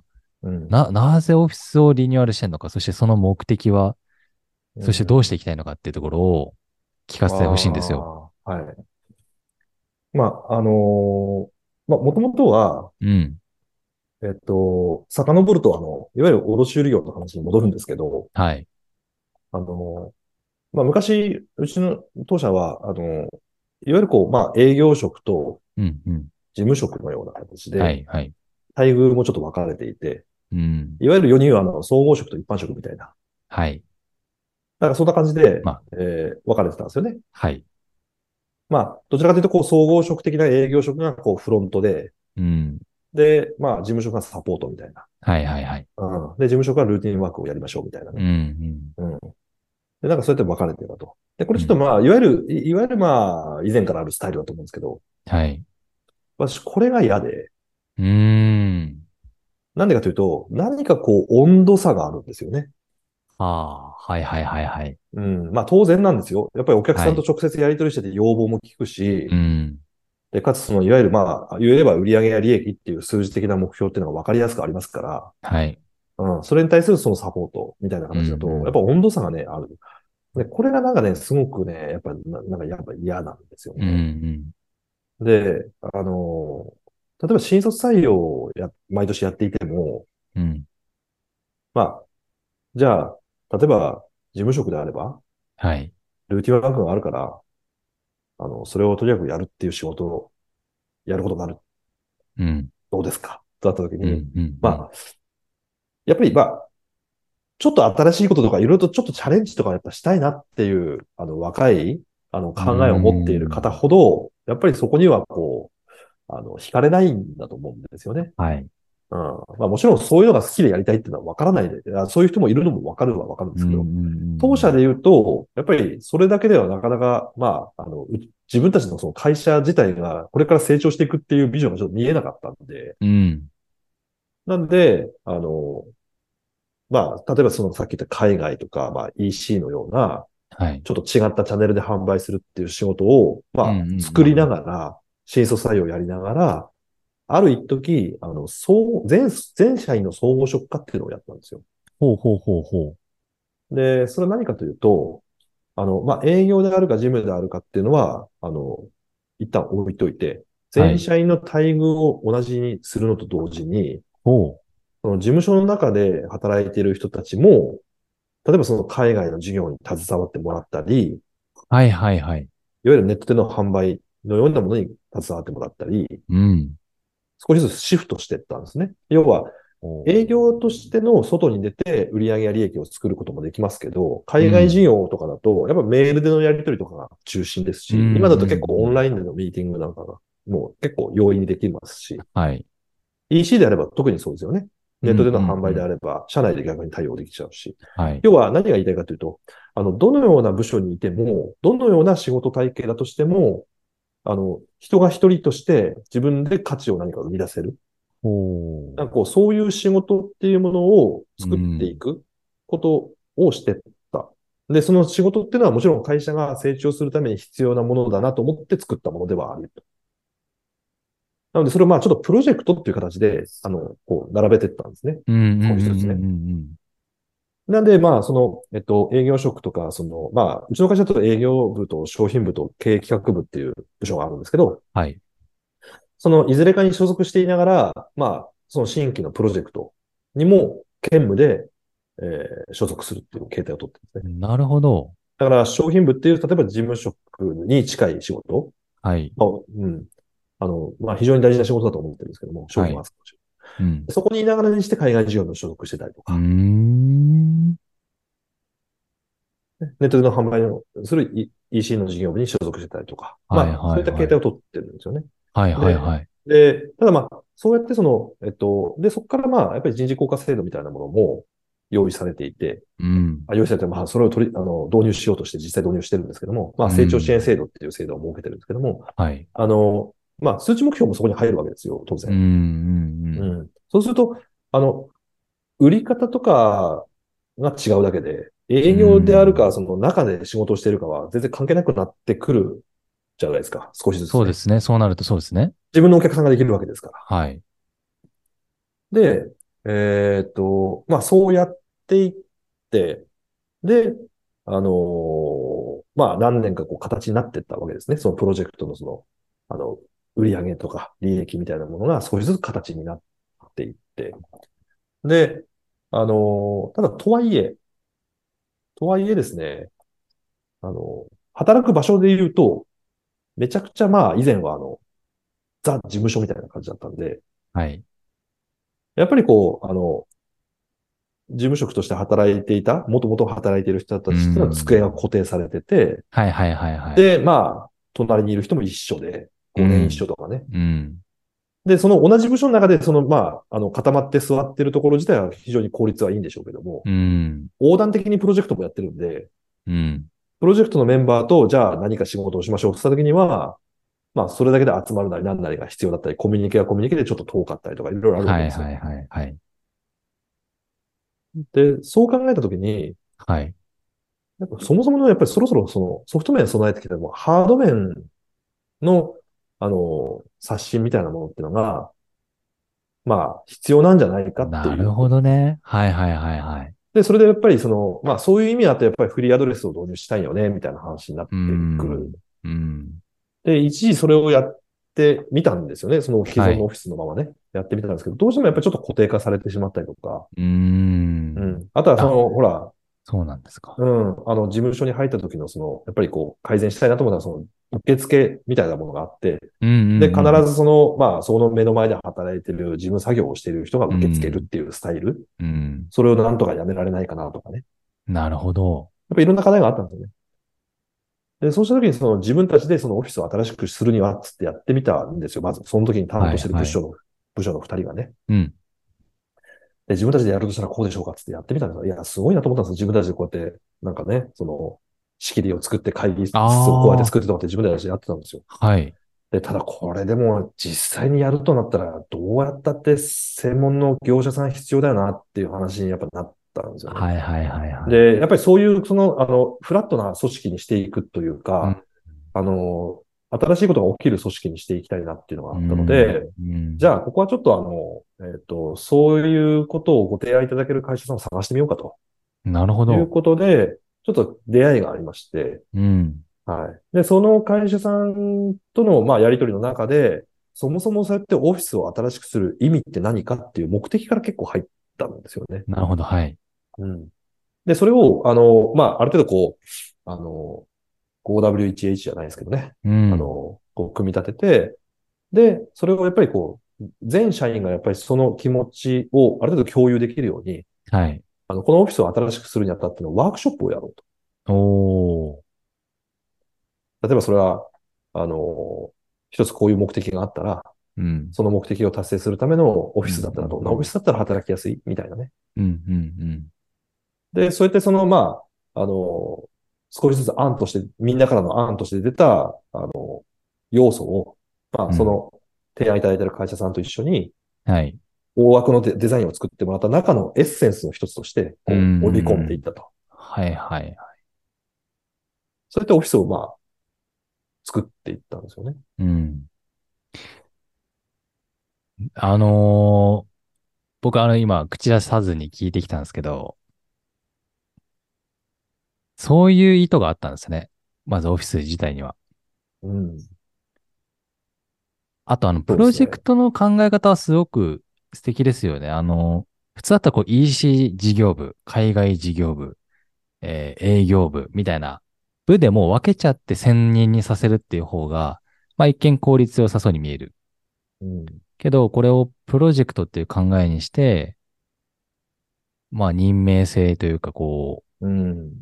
うん。 な、なぜオフィスをリニューアルしてんのか、そしてその目的は、 うそしてどうしん。 ていきたいのかっていうところを聞かあせてほしいんですよ。 あ、はい。まあ、あのーまあ、もともとは、 うん。 えっと、遡ると、あの、いわゆる卸売業の話に戻るんですけど、 はい。 あのーまあ、昔、うちの当社は、あのいわゆるこう、まあ、営業職とうん、うん。 事務職のような形で、 はい、はい。 待遇もちょっと分かれていて、 うん。 いわゆる世に言うあの、総合職と一般職みたいな、 はい。 なんかそんな感じで、 まあ、 えー分かれてたんですよね。 はい。 まあ、どちらかというと、こう、総合職的な営業職が、こう、フロントで、 うん。 で、まあ、事務職がサポートみたいな。 はい、はい、はい。 うん。で、事務職はルーティンワークをやりましょうみたいなうん、 ね。 うん。 うん。で、なんかそうやって分かれてたと。で、これうん。 ちょっとまあ、いわゆる、いいわゆるまあ、以前からあるスタイルだと思うんですけど、 はい。 私、これが嫌で、 うーん。 なんでかというと、何かこう、温度差があるんですよね。 ああ、はい、はい、はい、はい。 うん。まあ、当然なんですよ。やっぱりお客さんとはい。 直接やり取りしてて要望も聞くし、 うん。 で、かつその、いわゆるまあ、言えば売上や利益っていう数字的な目標っていうのが分かりやすくありますから、 はい。 うん、それに対するそのサポートみたいなうん、う形だと、やっん。 ぱ温度差がね、ある。で、これがなんかね、すごくね、やっぱな、なんかやっぱ嫌なんですようん、うね。 ん。 で、あの、例えば新卒採用をや、毎年やっていても、 うん。 まあ、じゃあ、例えば事務職であれば、 はい。 ルーティンワークがあるから、あの、それをとにかくやるっていう仕事をやることになる。 うん。 どうですかとなった時に、 うん、うん、うん。 まあ、やっぱり、まあ、ちょっと新しいこととか、いろいろとちょっとチャレンジとかやっぱしたいなっていう、あの、若い、あの、 うー考えを持っている方ん。 ほど、やっぱりそこには、こう、あの、惹かれないんだと思うんですよね。 はい。 うん。まあもちろんそういうのが好きでやりたいっていうのはわからないで、あそういう人もいるのもわかるはわかるんでうん、うすけど、当社ん、 で言うと、やっぱりそれだけではなかなか、まあ、あの、う自分たちのその会社自体がこれから成長していくっていうビジョンがちょっと見えなかったんで、 うん。うん。 なんで、あの、まあ、例えばそのさっき言った海外とか、まあ イーシー のような、 はい。 ちょっと違ったチャンネルで販売するっていう仕事を、まうん、うあ、 ん、うん。 作りながら、新卒採用やりながら、ある一時、あの、総、全、全社員の総合職化っていうのをやったんですよ。 ほうほうほうほで、それは何かというと、あの、まあ、営業であるか事務であるかっていうのは、あの、一旦置いといて、 う。はい。 全社員の待遇を同じにするのと同時に、 ほう。 その事務所の中で働いている人たちも、例えばその海外の事業に携わってもらったり、 はい、はい、はい。 いわゆるネットでの販売のようなものに携わってもらったり、 うん。 少しずつシフトしていったんですね。要は、営お業としての外に出て売上や利益を作ることもできますけど、海外事うん。 業とかだと、やっぱメールでのやり取りとかが中心ですうん、うし、今だと結構オンん、 ラインでのミーティングなんかがもう結構容易にできますし、 はい。 イーシー であれば特にそうですよね。 うん、 ネットでうん、 の販売であうん。 れば、社内で逆に対応できちゃうし。 はい。 要は何が言いたいかというと、あの、どのような部署にいても、どのような仕事体系だとしても、あの、人が一人として自分で価値を何か生み出せる。 ほなんかこう、そういう仕事っていうものをう。う作っていん。 くことをしてった。で、その仕事っていうのはもちろん会社が成長するために必要なものだなと思って作ったものではあると。なので、それをまあちょっとプロジェクトっていう形で、あの、こう、並べていったんですね。 うん、うん、うん、 少しずつね。 うん。 なんで、まあ、その、えっと、営業職とか、その、まあ、うちの会社だと営業部と商品部と経営企画部っていう部署があるんですけど、 はい。 そのいずれかに所属していながら、まあ、その新規のプロジェクトにも兼務で、えー所属するっていう形態をとってるんですね。 なるほど。 だから商品部っていう、例えば事務職に近い仕事、 はい。 まあ、うん。あの、まあ、非常に大事な仕事だと思ってるんですけども、商はい。 品を扱う仕うん。 事。そこにいながらにして海外事業に所属してたりとうーか、 ん。 ネットでの販売をする イーシー の事業部に所属してたりとか、 はい、 まあ、そういはい、はい。 った形態をとってるんですよね。 はい、はい、 で、 はい。 で、ただまあ、そうやってその、えっと、で、そこからまあ、やっぱり人事効果制度みたいなものも用意されていて、 うん。 あ用意されて、まあ、それを取り、あの、導入しようとして実際導入してるんですけども、まあ、 う成長支援ん。 制度っていう制度を設けてるんですけども、 はい。 あの、まあ、数値目標もそこに入るわけですよ、当うん、う然。うん、 ん。そうすると、あの、売り方とかが違うだけで、 うん。う営業であるか、 ん。 その中で仕事をしているかは全然関係なくなってくるじゃないですか。少しずつね。 そうですね。そうなるとそうですね。 自分のお客さんができるわけですから。 はい。 で、 えっと、まあ、そうやっていって、で、あのーまあ、何年かこう形になっていったわけですね。そのプロジェクトのその、あの、売上とか利益みたいなものが少しずつ形になっていって、で、あのーただとはいえ、とはいえですね、あの、働く場所で言うと、めちゃくちゃまあ以前はあの、ザ事務所みたいな感じだったんで、 はい。 やっぱりこう、あの、事務職として働いていた、もともと働いている人うーたちっていうのは机がん。 固定されてて、 はいはいはいはい。 で、まあ、隣にいる人も一緒で、ごねん一うん。 緒とかね。 うん。 で、その同じ部署の中で、その、まあ、あの、固まって座ってるところ自体は非常に効率はいいんでしょうけども、 うん。 横断的にプロジェクトもやってるんで、 うん。 プロジェクトのメンバーと、じゃあ何か仕事をしましょうとしたときには、まあ、それだけで集まるなり何なりが必要だったり、コミュニケはコミュニケでちょっと遠かったりとか、いろいろあるわけですよ。 はいはいはいはい。 で、そう考えたときに、 はい。 やっぱそもそものやっぱりそろそろそのソフト面備えてきても、ハード面の、あの、刷新みたいなものっていうのが、まあ、必要なんじゃないかっていう。 なるほどね。はいはいはいはい。 で、それでやっぱりその、まあそういう意味だとやっぱりフリーアドレスを導入したいよね、みたいな話になっうーてくる。 ん。うん。 で、一時それをやってみたんですよね。その既はい。 存のオフィスのままね。やってみたんですけど、どうしてもやっぱりちょっと固定化されてしまったりとか、 うーん。 うん。あとはそあ、 の、ほら、 そうなんですか。 うん、あの、事務所に入った時のその、やっぱりこう、改善したいなと思ったら、その、受付みたいなものがあって、 うんうで、必んずその、まあ、その目の前で働いてる事務作業をしている人がうん。う受け付けるっん。 ていうスタイル。 うん。 それをなんとかやめられないかなとかね。 なるほど。 やっぱいろんな課題があったんですよね。で、そうした時にその自分たちでそのオフィスを新しくするには、つってやってみたんですよ。まず、その時に担当してる部はいはい。 署の、部署の二人がね。 うん。 で、自分たちでやるとしたらこうでしょうかつってやってみたんですよ。いや、すごいなと思ったんですよ。自分たちでこうやって、なんかね、その、仕切りを作って会議室をこうやってあ作ってとかって自分たちでやってたんですよ。 あ、はい。 で、ただこれでも実際にやるとなったら、どうやったって専門の業者さん必要だよなっていう話にやっぱなったんですよね。 はいはいはいはい。 で、やっぱりそういう、その、あの、フラットな組織にしていくというか、 うん。 あの、新しいことが起きる組織にしていきたいなっていうのがうあったのん。 で、 うん。 じゃあ、ここはちょっとあの、えっと、そういうことをご提案いただける会社さんを探してみようかとなるほど。 いうことで、ちょっと出会いがありまして、 うん。 はい。で、その会社さんとの、まあ、やりとりの中で、そもそもそうやってオフィスを新しくする意味って何かっていう目的から結構入ったんですよね。 なるほど。はい。 うん。で、それを、あの、まあ、ある程度こう、あの、ゴーダブリューワンエイチ じゃないですけどね。 うん。 あの、こう、組み立てて、で、それをやっぱりこう、全社員がやっぱりその気持ちをある程度共有できるように、 はい。 あの、このオフィスを新しくするにあたってのワークショップをやろうと。 おー。 例えばそれは、あの、一つこういう目的があったら、 うん。 その目的を達成するためのオうん。うフィスだったらどんなオフィん。 スだったら働きやすいみたいなね。 うん。うん。うん。 で、そうやってその、まあ、あの、少しずつ案として、みんなからの案として出た、あの、要素を、まあ、 うん。 その、提案いただいている会社さんと一緒に、 はい。 大枠のデデザインを作ってもらった中のエッセンスの一つとして、 うん。 こう、織り込んうん。 でいったと。 はいはい。 そうやってオフィスを、まあ、作っていったんですよね。 うん。あのー僕あの今口出さずに聞いてきたんですけど、そういう意図があったんですね。まずオフィス自体には。 うん。 あとあの、プロジェクそうですね。 トの考え方はすごく素敵ですよね。あの、普通だったらこう イーシー 事業部、海外事業部、えー営業部みたいな部でもう分けちゃって専任にさせるっていう方が、まあ一見効率良さそうに見える。 うん。 けど、これをプロジェクトっていう考えにして、まあ任命制というかこうん。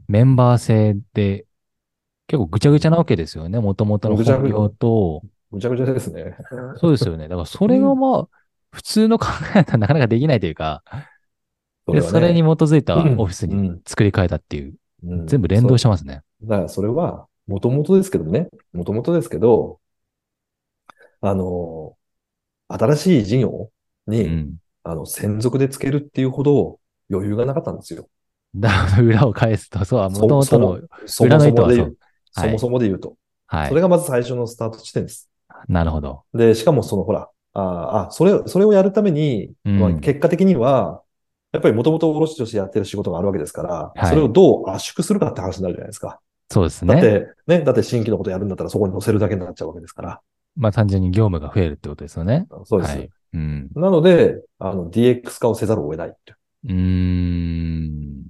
う、メンバー制で結構ぐちゃぐちゃなわけですよね。もともとのぐちゃぐ、 本業と、 ぐちゃぐちゃですね。 そうですよね。だからそれがうん。 まあ、普通の考えだったらなかなかできないというか、 そで、それに基れはね、 づいたオうん、 フィスにうん、 作り変えたっていう、 うん。 全部連動しそ、 てますね。 だからそれは、もともとですけどね、もともとですけど、あの、新しい事業に、 うん。 あの、専属でつけるっていうほど余裕がなかったんですよ。 だから裏を返すと、そう、もとそ、 もとのそも、そ裏もの意図はそう。 そもで言う、そもはい。 そもで言うと。 はい。 それがまず最初のスタート地点です。 なるほど。 で、しかもその、ほら、 ああ、それ、それをやるために、まあ、 うん。 結果的には、やっぱりもともと卸としてやってる仕事があるわけですから、それをはい。 どう圧縮するかって話になるじゃないですか。 そうですね。 だって、ね、だって新規のことやるんだったらそこに載せるだけになっちゃうわけですから。 まあ単純に業務が増えるってことですよね。 そうです。 はい。うん。 なので、あの、ディーエックス 化をせざるを得ないっていう。 うーん。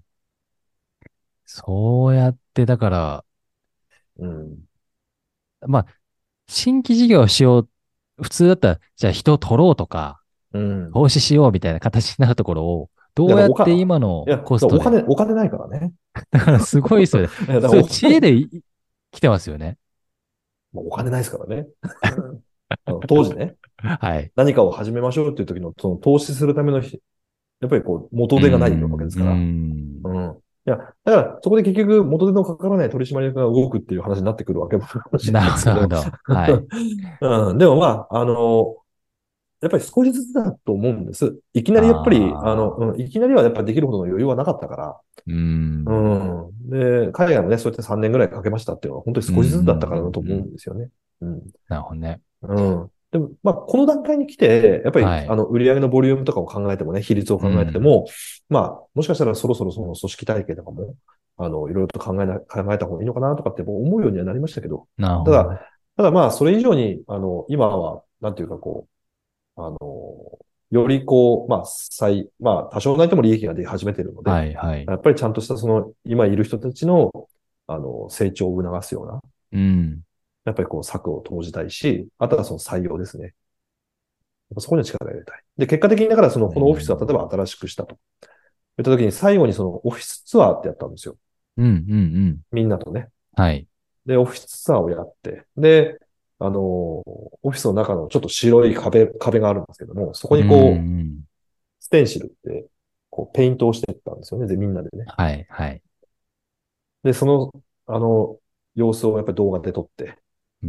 そうやって、だから、 うん。 まあ、新規事業をしよう。普通だったら、じゃあ人を取ろうとか、 うん。 投資しようみたいな形になるところを、どだからおうやってか、 今のいや、だかコストで。 らお金、お金ないからね。 だからすごいですよね。 いや、だかそういうらお金、 知恵でい来てますよね。 まあお金ないですからね。うんあの当時ね、 はい。 何かを始めましょうっていう時の、その投資するためのひ、やっぱりこう、元うー手がないわけでん、うーすから。 ん。 うん。いや、だからそこで結局元手のかからない取締役が動くっていう話になってくるわけかもしれなるほど、 ないですけど。 なるほど。はい。 うん、でもまあ、あの、やっぱり少しずつだと思うんです。いきなりやっぱり、あの、 ああ、 うん、いきなりはやっぱりできるほどの余裕はなかったから。 うーん、 うん。で、海外もね、そうやってさんねんぐらいかけましたっていうのは本当にうん、う少しずつだったからだん、 と思ううん。 んですよね。うん。 なるほどね。 うん。でも、まあ、この段階に来て、やっぱり、 はい。 あの、売上のボリュームとかを考えてもね、比率をうん、 考えても、まあ、もしかしたらそろそろその組織体系とかも、あの、いろいろと考えな、考えた方がいいのかなとかって思うようにはなりましたけど、 なるほど。 ただ、ただまあ、それ以上に、あの、今は、なんていうかこう、あの、よりこう、まあ、再、まあ、多少なりとも利益が出始めているので、 はい、はい。 やっぱりちゃんとしたその、今いる人たちの、あの、成長を促すような、 うん、 やっぱりこう、策を投じたいし、あとはその採用ですね。そこには力を入れたい。で、結果的にだからその、 うこのオフィスは例えばん、 新しくしたと。言った時に最後にそのオフィスツアーってやったんですよ。 うん、うん、うん。 みんなとね。 はい。 で、オフィスツアーをやって、で、あの、オフィスの中のちょっと白い壁、壁があるんですけども、そこうん、 にこう、 うん。 ステンシルって、こう、ペイントをしていったんですよね。で、みんなでね。 はい、はい。 で、その、あの、様子をやっぱり動画で撮って、 うん、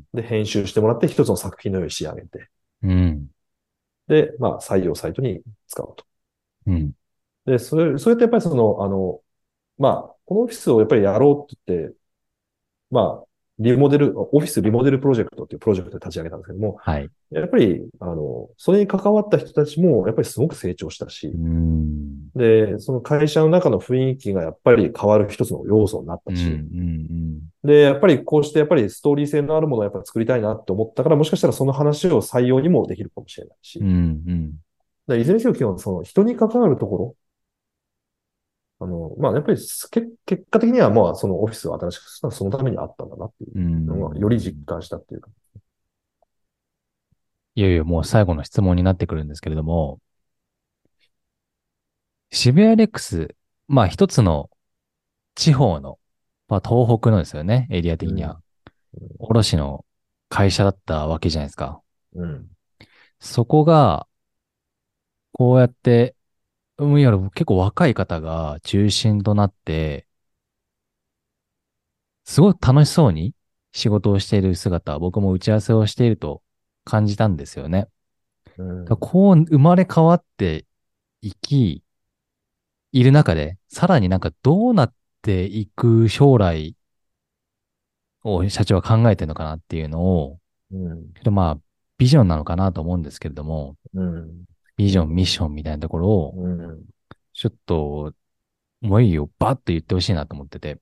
で、編集してもらって一つの作品のように仕上げて、 うん、 で、まあ、採用サイトに使うと。 うん。 で、それ、それってやっぱりその、あの、まあ、このオフィスをやっぱりやろうって言って、まあ、リモデル、オフィスリモデルプロジェクトっていうプロジェクトを立ち上げたんですけども、 はい。 やっぱり、あの、それに関わった人たちも、やっぱりすごく成長したうし、 ん、 で、その会社の中の雰囲気がやっぱり変わる一つの要素になっうん、うたし、 ん、 で、やっぱりこうしてやっぱりストーリー性のあるものをやっぱり作りたいなって思ったから、もしかしたらその話を採用にもできるかもしれないし、 うん、うん、 でいずれにせよ基本その人に関わるところ、あの、まあ、やっぱりけ結果的にはまあ、そのオフィスを新しくしたのはそのためにあったんだなっていううのが、より実ん。 感したっていうか。 いよいよもう最後の質問になってくるんですけれども、渋谷レックス、まあ一つの地方の、まあ東北のですよね、エリアうん。 的には。卸の会社だったわけじゃないですか。 うん。 そこが、こうやって、うんいや結構若い方が中心となって、すごく楽しそうに仕事をしている姿、僕も打ち合わせをしていると感じたんですよね。 うん。 だからこう生まれ変わっていき、いる中で、さらになんかどうなっていく将来を社長は考えてるのかなっていうのを、 うん。 けどまあ、ビジョンなのかなと思うんですけれども、 うん。 ビジョン、ミッなるほど。 ションみたいなところを、 うん。 ちょっと、思いをバッと言ってほしいなと思ってて、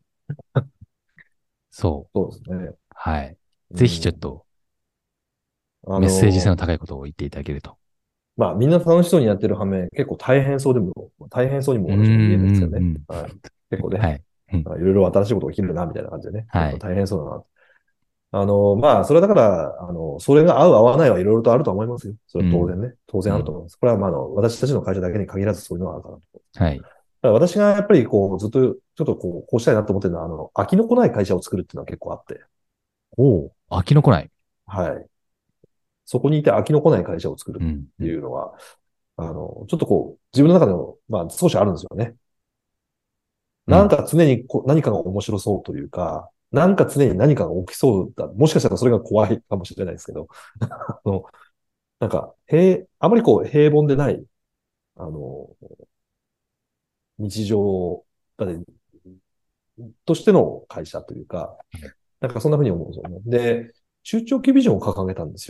そう。 そうですね。 はい。ぜひちょっうん。 と、 あメッセージ性のの、 高いことを言っていただけると。 まあ、みんな楽しそうにやってる反面、結構大変そうでも、大変そうにもうーん、 私も見えるんですよね。 うん、 はい。結構ね、 はい。うん、 いろいろ新しいこと起きるな、みたいな感じでね。結はい。 構大変そうだな。あの、まあ、それだから、あの、それが合う合わないはいろいろとあると思いますよ。それうん、 は当然ね。当然うん、 あると思います。これはまあ、あの、私たちの会社だけに限らずそういうのはあるかなと。 はい。 だから私がやっぱりこう、ずっと、ちょっとこう、こうしたいなと思ってるのは、あの、飽きのこない会社を作るっていうのは結構あって。 おお、飽きのこない。 はい。そこにいて飽きのこない会社を作るうん、 ってうん、 いうのは、あの、ちょっとこう、自分の中でも、まあ、少しあるんですよね。 うん、 なんか常にこう何かが面白そうというか、なんか常に何かが起きそうだ。もしかしたらそれが怖いかもしれないですけど、あの、なんか、平、あまりこう、平凡でない、あの、日常だねとしての会社というか、なんかそんな風に思うんですよね。で、中長期ビジョンを掲げたんですよ。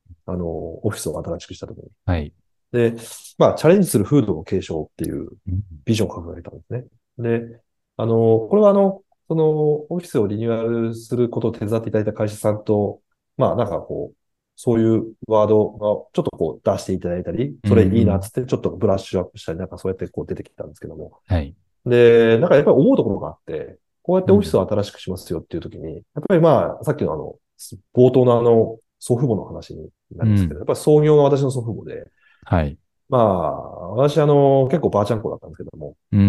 あの、オフィスを新しくしたときに。 はい。 で、まあ、チャレンジする風土の継承っていううん。 ビジョンを掲げたんですね。で、あの、これはあの、その、オフィスをリニューアルすることを手伝っていただいた会社さんと、まあ、なんかこう、そういうワードがちょっとこう出していただいたり、 うん。 それいいなっうん。 つってちょっとブラッシュアップしたり、なんかそうやってこう出てきたんですけども。 はい。 で、なんかやっぱり思うところがあって、こうやってオフィスうん。 を新しくしますよっていうときに、やっぱりまあ、さっきのあの、冒頭のあの、祖父母の話になりますけど、 うん。 やっぱり創業が私の祖父母で、 はい。 まあ、私あの、結構ばあちゃん子だったんですけども、 うん。うん。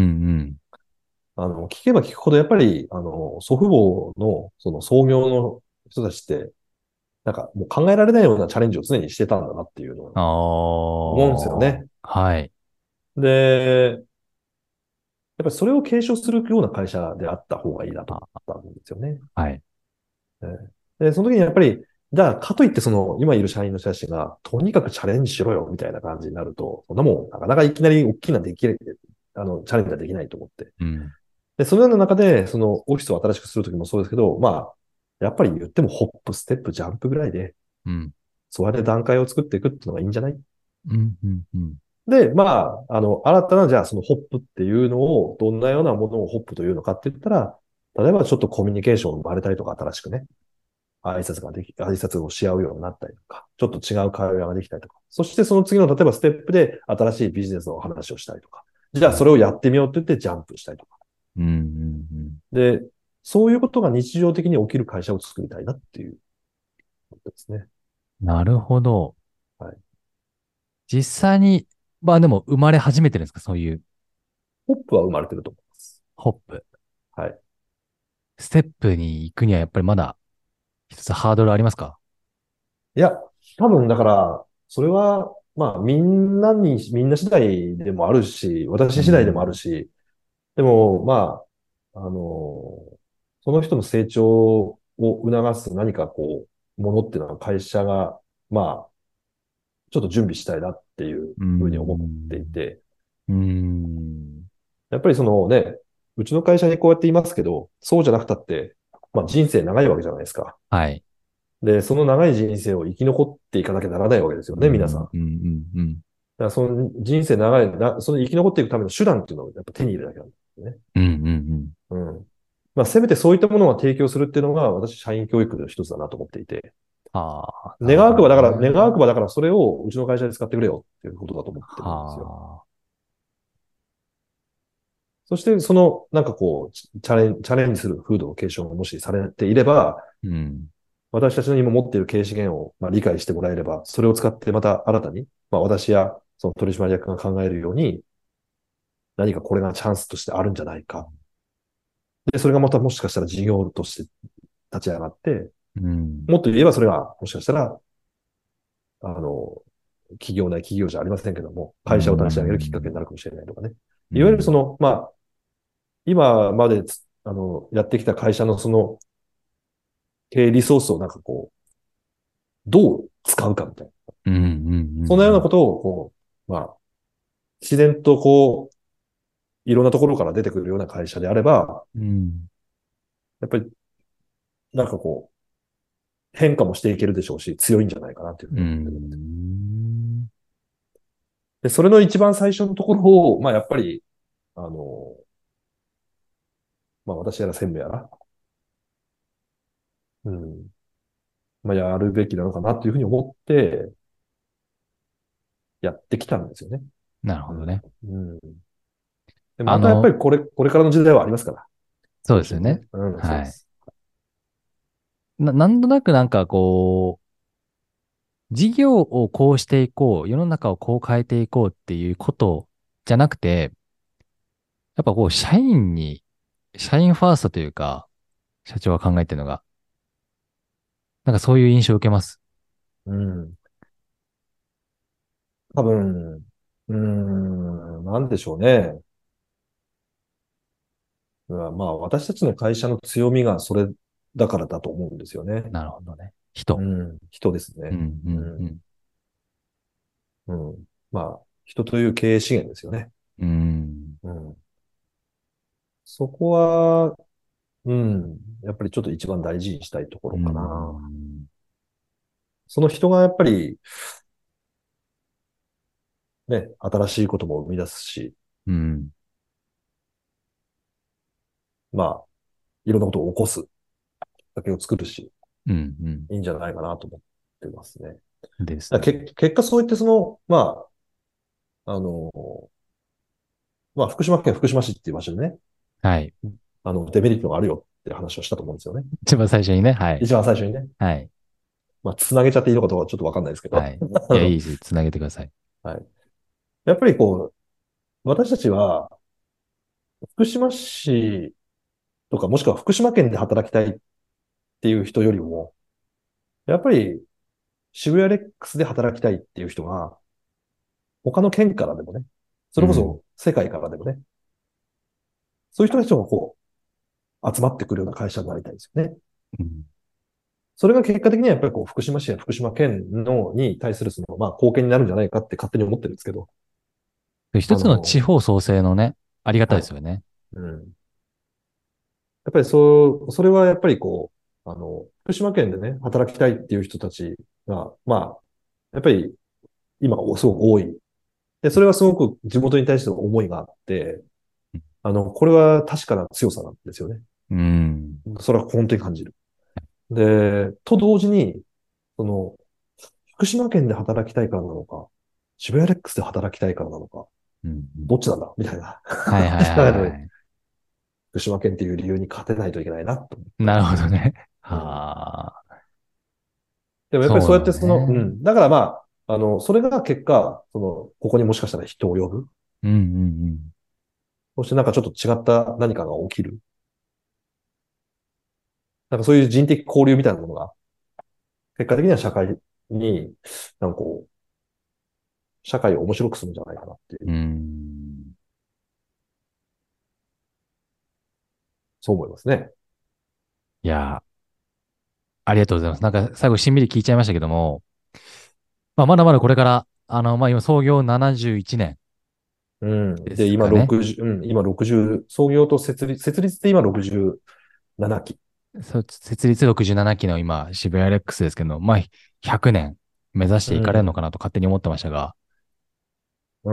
あの、聞けば聞くほどやっぱり、あの、祖父母のその創業の人たちって、なんかもう考えられないようなチャレンジを常にしてたんだなっていうのをあ思うんですよね。 あ。はい。 で、やっぱりそれを継承するような会社であった方がいいなと思っあ、 たんですよね。 はい。 で、その時にやっぱり、じゃあ、かといってその、今いる社員の人たちが、とにかくチャレンジしろよ、みたいな感じになると、そんなもん、なかなかいきなり大きなできる、あの、チャレンジはできないと思って。 うん。 で、そのような中で、その、オフィスを新しくするときもそうですけど、まあ、やっぱり言ってもホップ、ステップ、ジャンプぐらいで、 うん。 そうやって段階を作っていくっていうのがいいんじゃない？ うん。うん。うん。 で、まあ、あの、新たな、じゃあ、そのホップっていうのを、どんなようなものをホップというのかって言ったら、例えばちょっとコミュニケーションを生まれたりとか、新しくね、挨拶ができ、挨拶をし合うようになったりとか、ちょっと違う会話ができたりとか、そしてその次の例えばステップで新しいビジネスの話をしたりとか、じゃあはい。 それをやってみようって言ってジャンプしたりとか。 うん。うん。 で、そういうことが日常的に起きる会社を作りたいなっていうことですね。 うん。なるほど。 はい。 実際に、まあでも生まれ始めてるんですか？そういうホップは生まれてると思います。 ホップ。 はい。 ステップに行くにはやっぱりまだ一つハードルありますか？ いや、多分だから、それは、まあ、みんなに、みんな次第でもあるし、 う私次第でもあるん。 し、でも、まあ、あの、その人の成長を促す何かこう、ものっていうのは会社が、まあ、ちょっと準備したいなっていううふうに思っていん。 て、 うん。 やっぱりそのね、うちの会社にこうやっていますけど、そうじゃなくたって、まあ人生長いわけじゃないですか。 はい。 で、その長い人生を生き残っていかなきゃならないわけですよね、皆さん。 うん。 だうん。うん。 からその人生長いな、その生き残っていくための手段っていうのをやっぱ手に入れなきゃなんですよね。 うん。うん。うん。 うん。まあ、せめてそういったものを提供するっていうのが、私、社員教育の一つだなと思っていて。 ああ、な願るほどわくばだから、願わね。 くばだからそれをうちの会社で使ってくれよっていうことだと思ってるんですよ。 はあ。 そして、その、なんかこう、チャレン、チャレンジする風土の継承がもしされていれば、 うん。 私たちの今持っている経営資源を、まあ、理解してもらえれば、それを使ってまた新たに、まあ、私やその取締役が考えるように、何かこれがチャンスとしてあるんじゃないか。で、それがまたもしかしたら事業として立ち上がって、 うん。 もっと言えばそれが、もしかしたら、あの、企業内企業じゃありませんけども、 う会社を立ち上げるきっかけにん。 なるかもしれないとかね。いわゆるそうん。 の、まあ、今まであの、やってきた会社のその経営リソースをなんかこう、どう使うかみたいな。 うん。うん。 そんなようなことを、こう、まあ、自然とこう、いろんなところから出てくるような会社であれば、 うん。 やっぱり、なんかこう、変化もしていけるでしょうし、強いんじゃないかなというふううに思ってるんです。 ん。 で、それの一番最初のところを、まあ、やっぱり、あの、まあ、私やら専務やら、うん、まあ、やるべきなのかなというふうに思ってやってきたんですよね。うん。 なるほどね。 うん。で、またやっぱあの、 りこれ、これからの時代はありますから。 そうどうしてもね。 ですよね。 うん、そうはい。 です。 な、なんとなくなんかこう、事業をこうしていこう、世の中をこう変えていこうっていうことじゃなくて、やっぱこう、社員に、社員ファーストというか、社長が考えてるのが、なんかそういう印象を受けます。 うん。多分、うーん、なんでしょうね。まあ、まあ私たちの会社の強みがそれだからだと思うんですよね。 なるほどね。人。 うん、人ですね。 うん、うん、ううん、 ん。 うん。まあ、人という経営資源ですよね。 うん。 うん。そこは、うん、やっぱりちょっと一番大事にしたいとこうろかな。 ん。 その人がやっぱり、ね、新しいことも生み出すし、 うん。 まあ、いろんなことを起こすきっかけを作るし、 うん。うん。 いいんじゃないかなと思ってますね。 ですね。 だからけ結果そう言ってその、まあ、あの、まあ、福島県福島市っていう場所でね、 はい。 あの、デメリットがあるよって話をしたと思うんですよね。 一番最初にね。はい。 一番最初にね。 はい。 まあ、つなげちゃっていいのかどうかちょっとわかんないですけど。 はい。 あいや、いいの、 です。つなげてください。 はい。やっぱりこう、私たちは、福島市とか、もしくは福島県で働きたいっていう人よりも、やっぱり渋谷レックスで働きたいっていう人が、他の県からでもね、そうん。 れこそ世界からでもね、そういう人たちがこう、集まってくるような会社になりたいですよね。 うん。 それが結果的にはやっぱりこう、福島市や福島県のに対するその、まあ、貢献になるんじゃないかって勝手に思ってるんですけど、 一つの地あの、 方創生のね、ありがたいはい。 ですよね。 うん。やっぱりそう、それはやっぱりこう、あの、福島県でね、働きたいっていう人たちが、まあ、やっぱり今すごく多い。で、それはすごく地元に対しての思いがあって、あの、これは確かな強さなんですよね。 うん。 それは本当に感じる。で、と同時に、その、福島県で働きたいからなのか、渋谷レックスで働きたいからなのか、 うん。 どっちなんだみたいな。 はいはいはいだけど、 はい。 福島県っていう理由に勝てないといけないなと思ったなるりして。 ほどね。 うん。 はあ。 でもやっぱりそうやっそうだてその、うね。 ん。だからまあ、あの、それが結果、その、ここにもしかしたら人を呼ぶ。 うんうんそしてなんかちょっと違った何かが起きる。なんかそういう人的交流みたいなものが、結果的には社会に、なんかこう、社会を面白くするんじゃないかなっていうん。うう、 ん。 そう思いますね。 いや、ありがとうございます。なんか最後しんみり聞いちゃいましたけども、まあ、まだまだこれから、あの、まあ、今創業ななじゅういちねうん。 んでで、今すかね。 ろくじゅう、うん、今ろくじゅう、創業と設立、設立で今ろくじゅうななき。 そう設立ろくじゅうななきの今、渋谷レックスですけど、まあ、ひゃくねん目指しうていかれるのかん。 なと勝手に思ってましたが、 うん。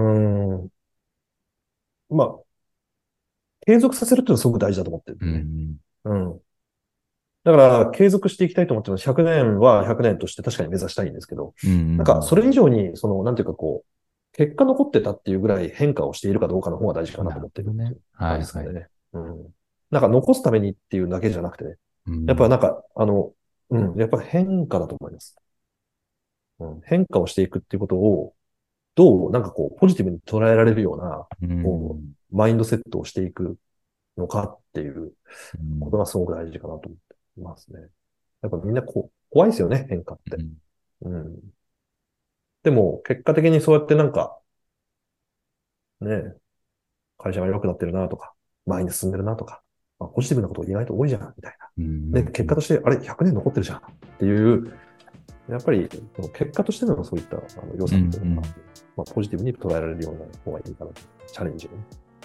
まあ、継続させるっていうのはすごく大事だと思ってるんうでね。 ん。 うん。だから、継続していきたいと思ってます。ひゃくねんはひゃくねんとして確かに目指したいんですけど、 うんうんうなんか、それ以ん。 上に、その、なんていうかこう、結果残ってたっていうぐらい変化をしているかどうかの方が大事かななと思っているほどね。 るっていう感はいはい。 じですかね。うん。なんか、残すためにっていうだけじゃなくてね。 うん。 やっぱなんか、あの、うん、やっぱ変化だと思います。うん、変化をしていくっていうことを、どう、なんかこう、ポジティブに捉えられるような、 うこん。 う、マインドセットをしていくのかっていううんことがすごく大事かなと思っていますね。やっぱみんなこう、怖いですよね、変化って。 うん。 うん。でも、結果的にそうやってなんか、ね、会社が良くなってるなとか、前に進んでるなとか、まあ、ポジティブなこと意外と多いじゃん、みたいうな。で、 ん。うん。 結果として、あれ、ひゃくねん残ってるじゃんっていう、やっぱり、その結果としてのそういったあの良うん。 さっていうのが、 うん。 まあ、ポジティブに捉えられるような方がいいかなと。チャレンジをね。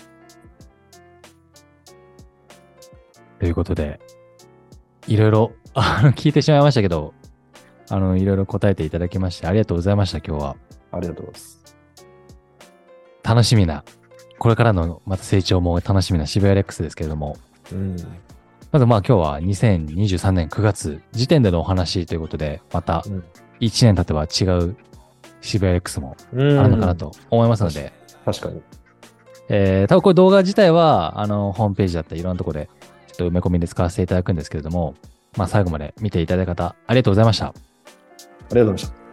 ということで、いろいろ、あの、聞いてしまいましたけど、あの、いろいろ答えていただきまして、ありがとうございました、今日は。 ありがとうございます。 楽しみな、これからのまた成長も楽しみな渋谷レックスですけれども、 うん。 まずまあ今日はにせんにじゅうさんねんくがつ時点でのお話ということで、またうん。 いちねん経てば違う渋谷 X もうあるのかなん。 と思いますの確で、 確かに。 えー、多分これ動画自体は、あの、ホームページだったりいろんなところで、ちょっと埋め込みで使わせていただくんですけれども、まあ最後まで見ていただいた方、ありがとうございました。 ありがとうございました。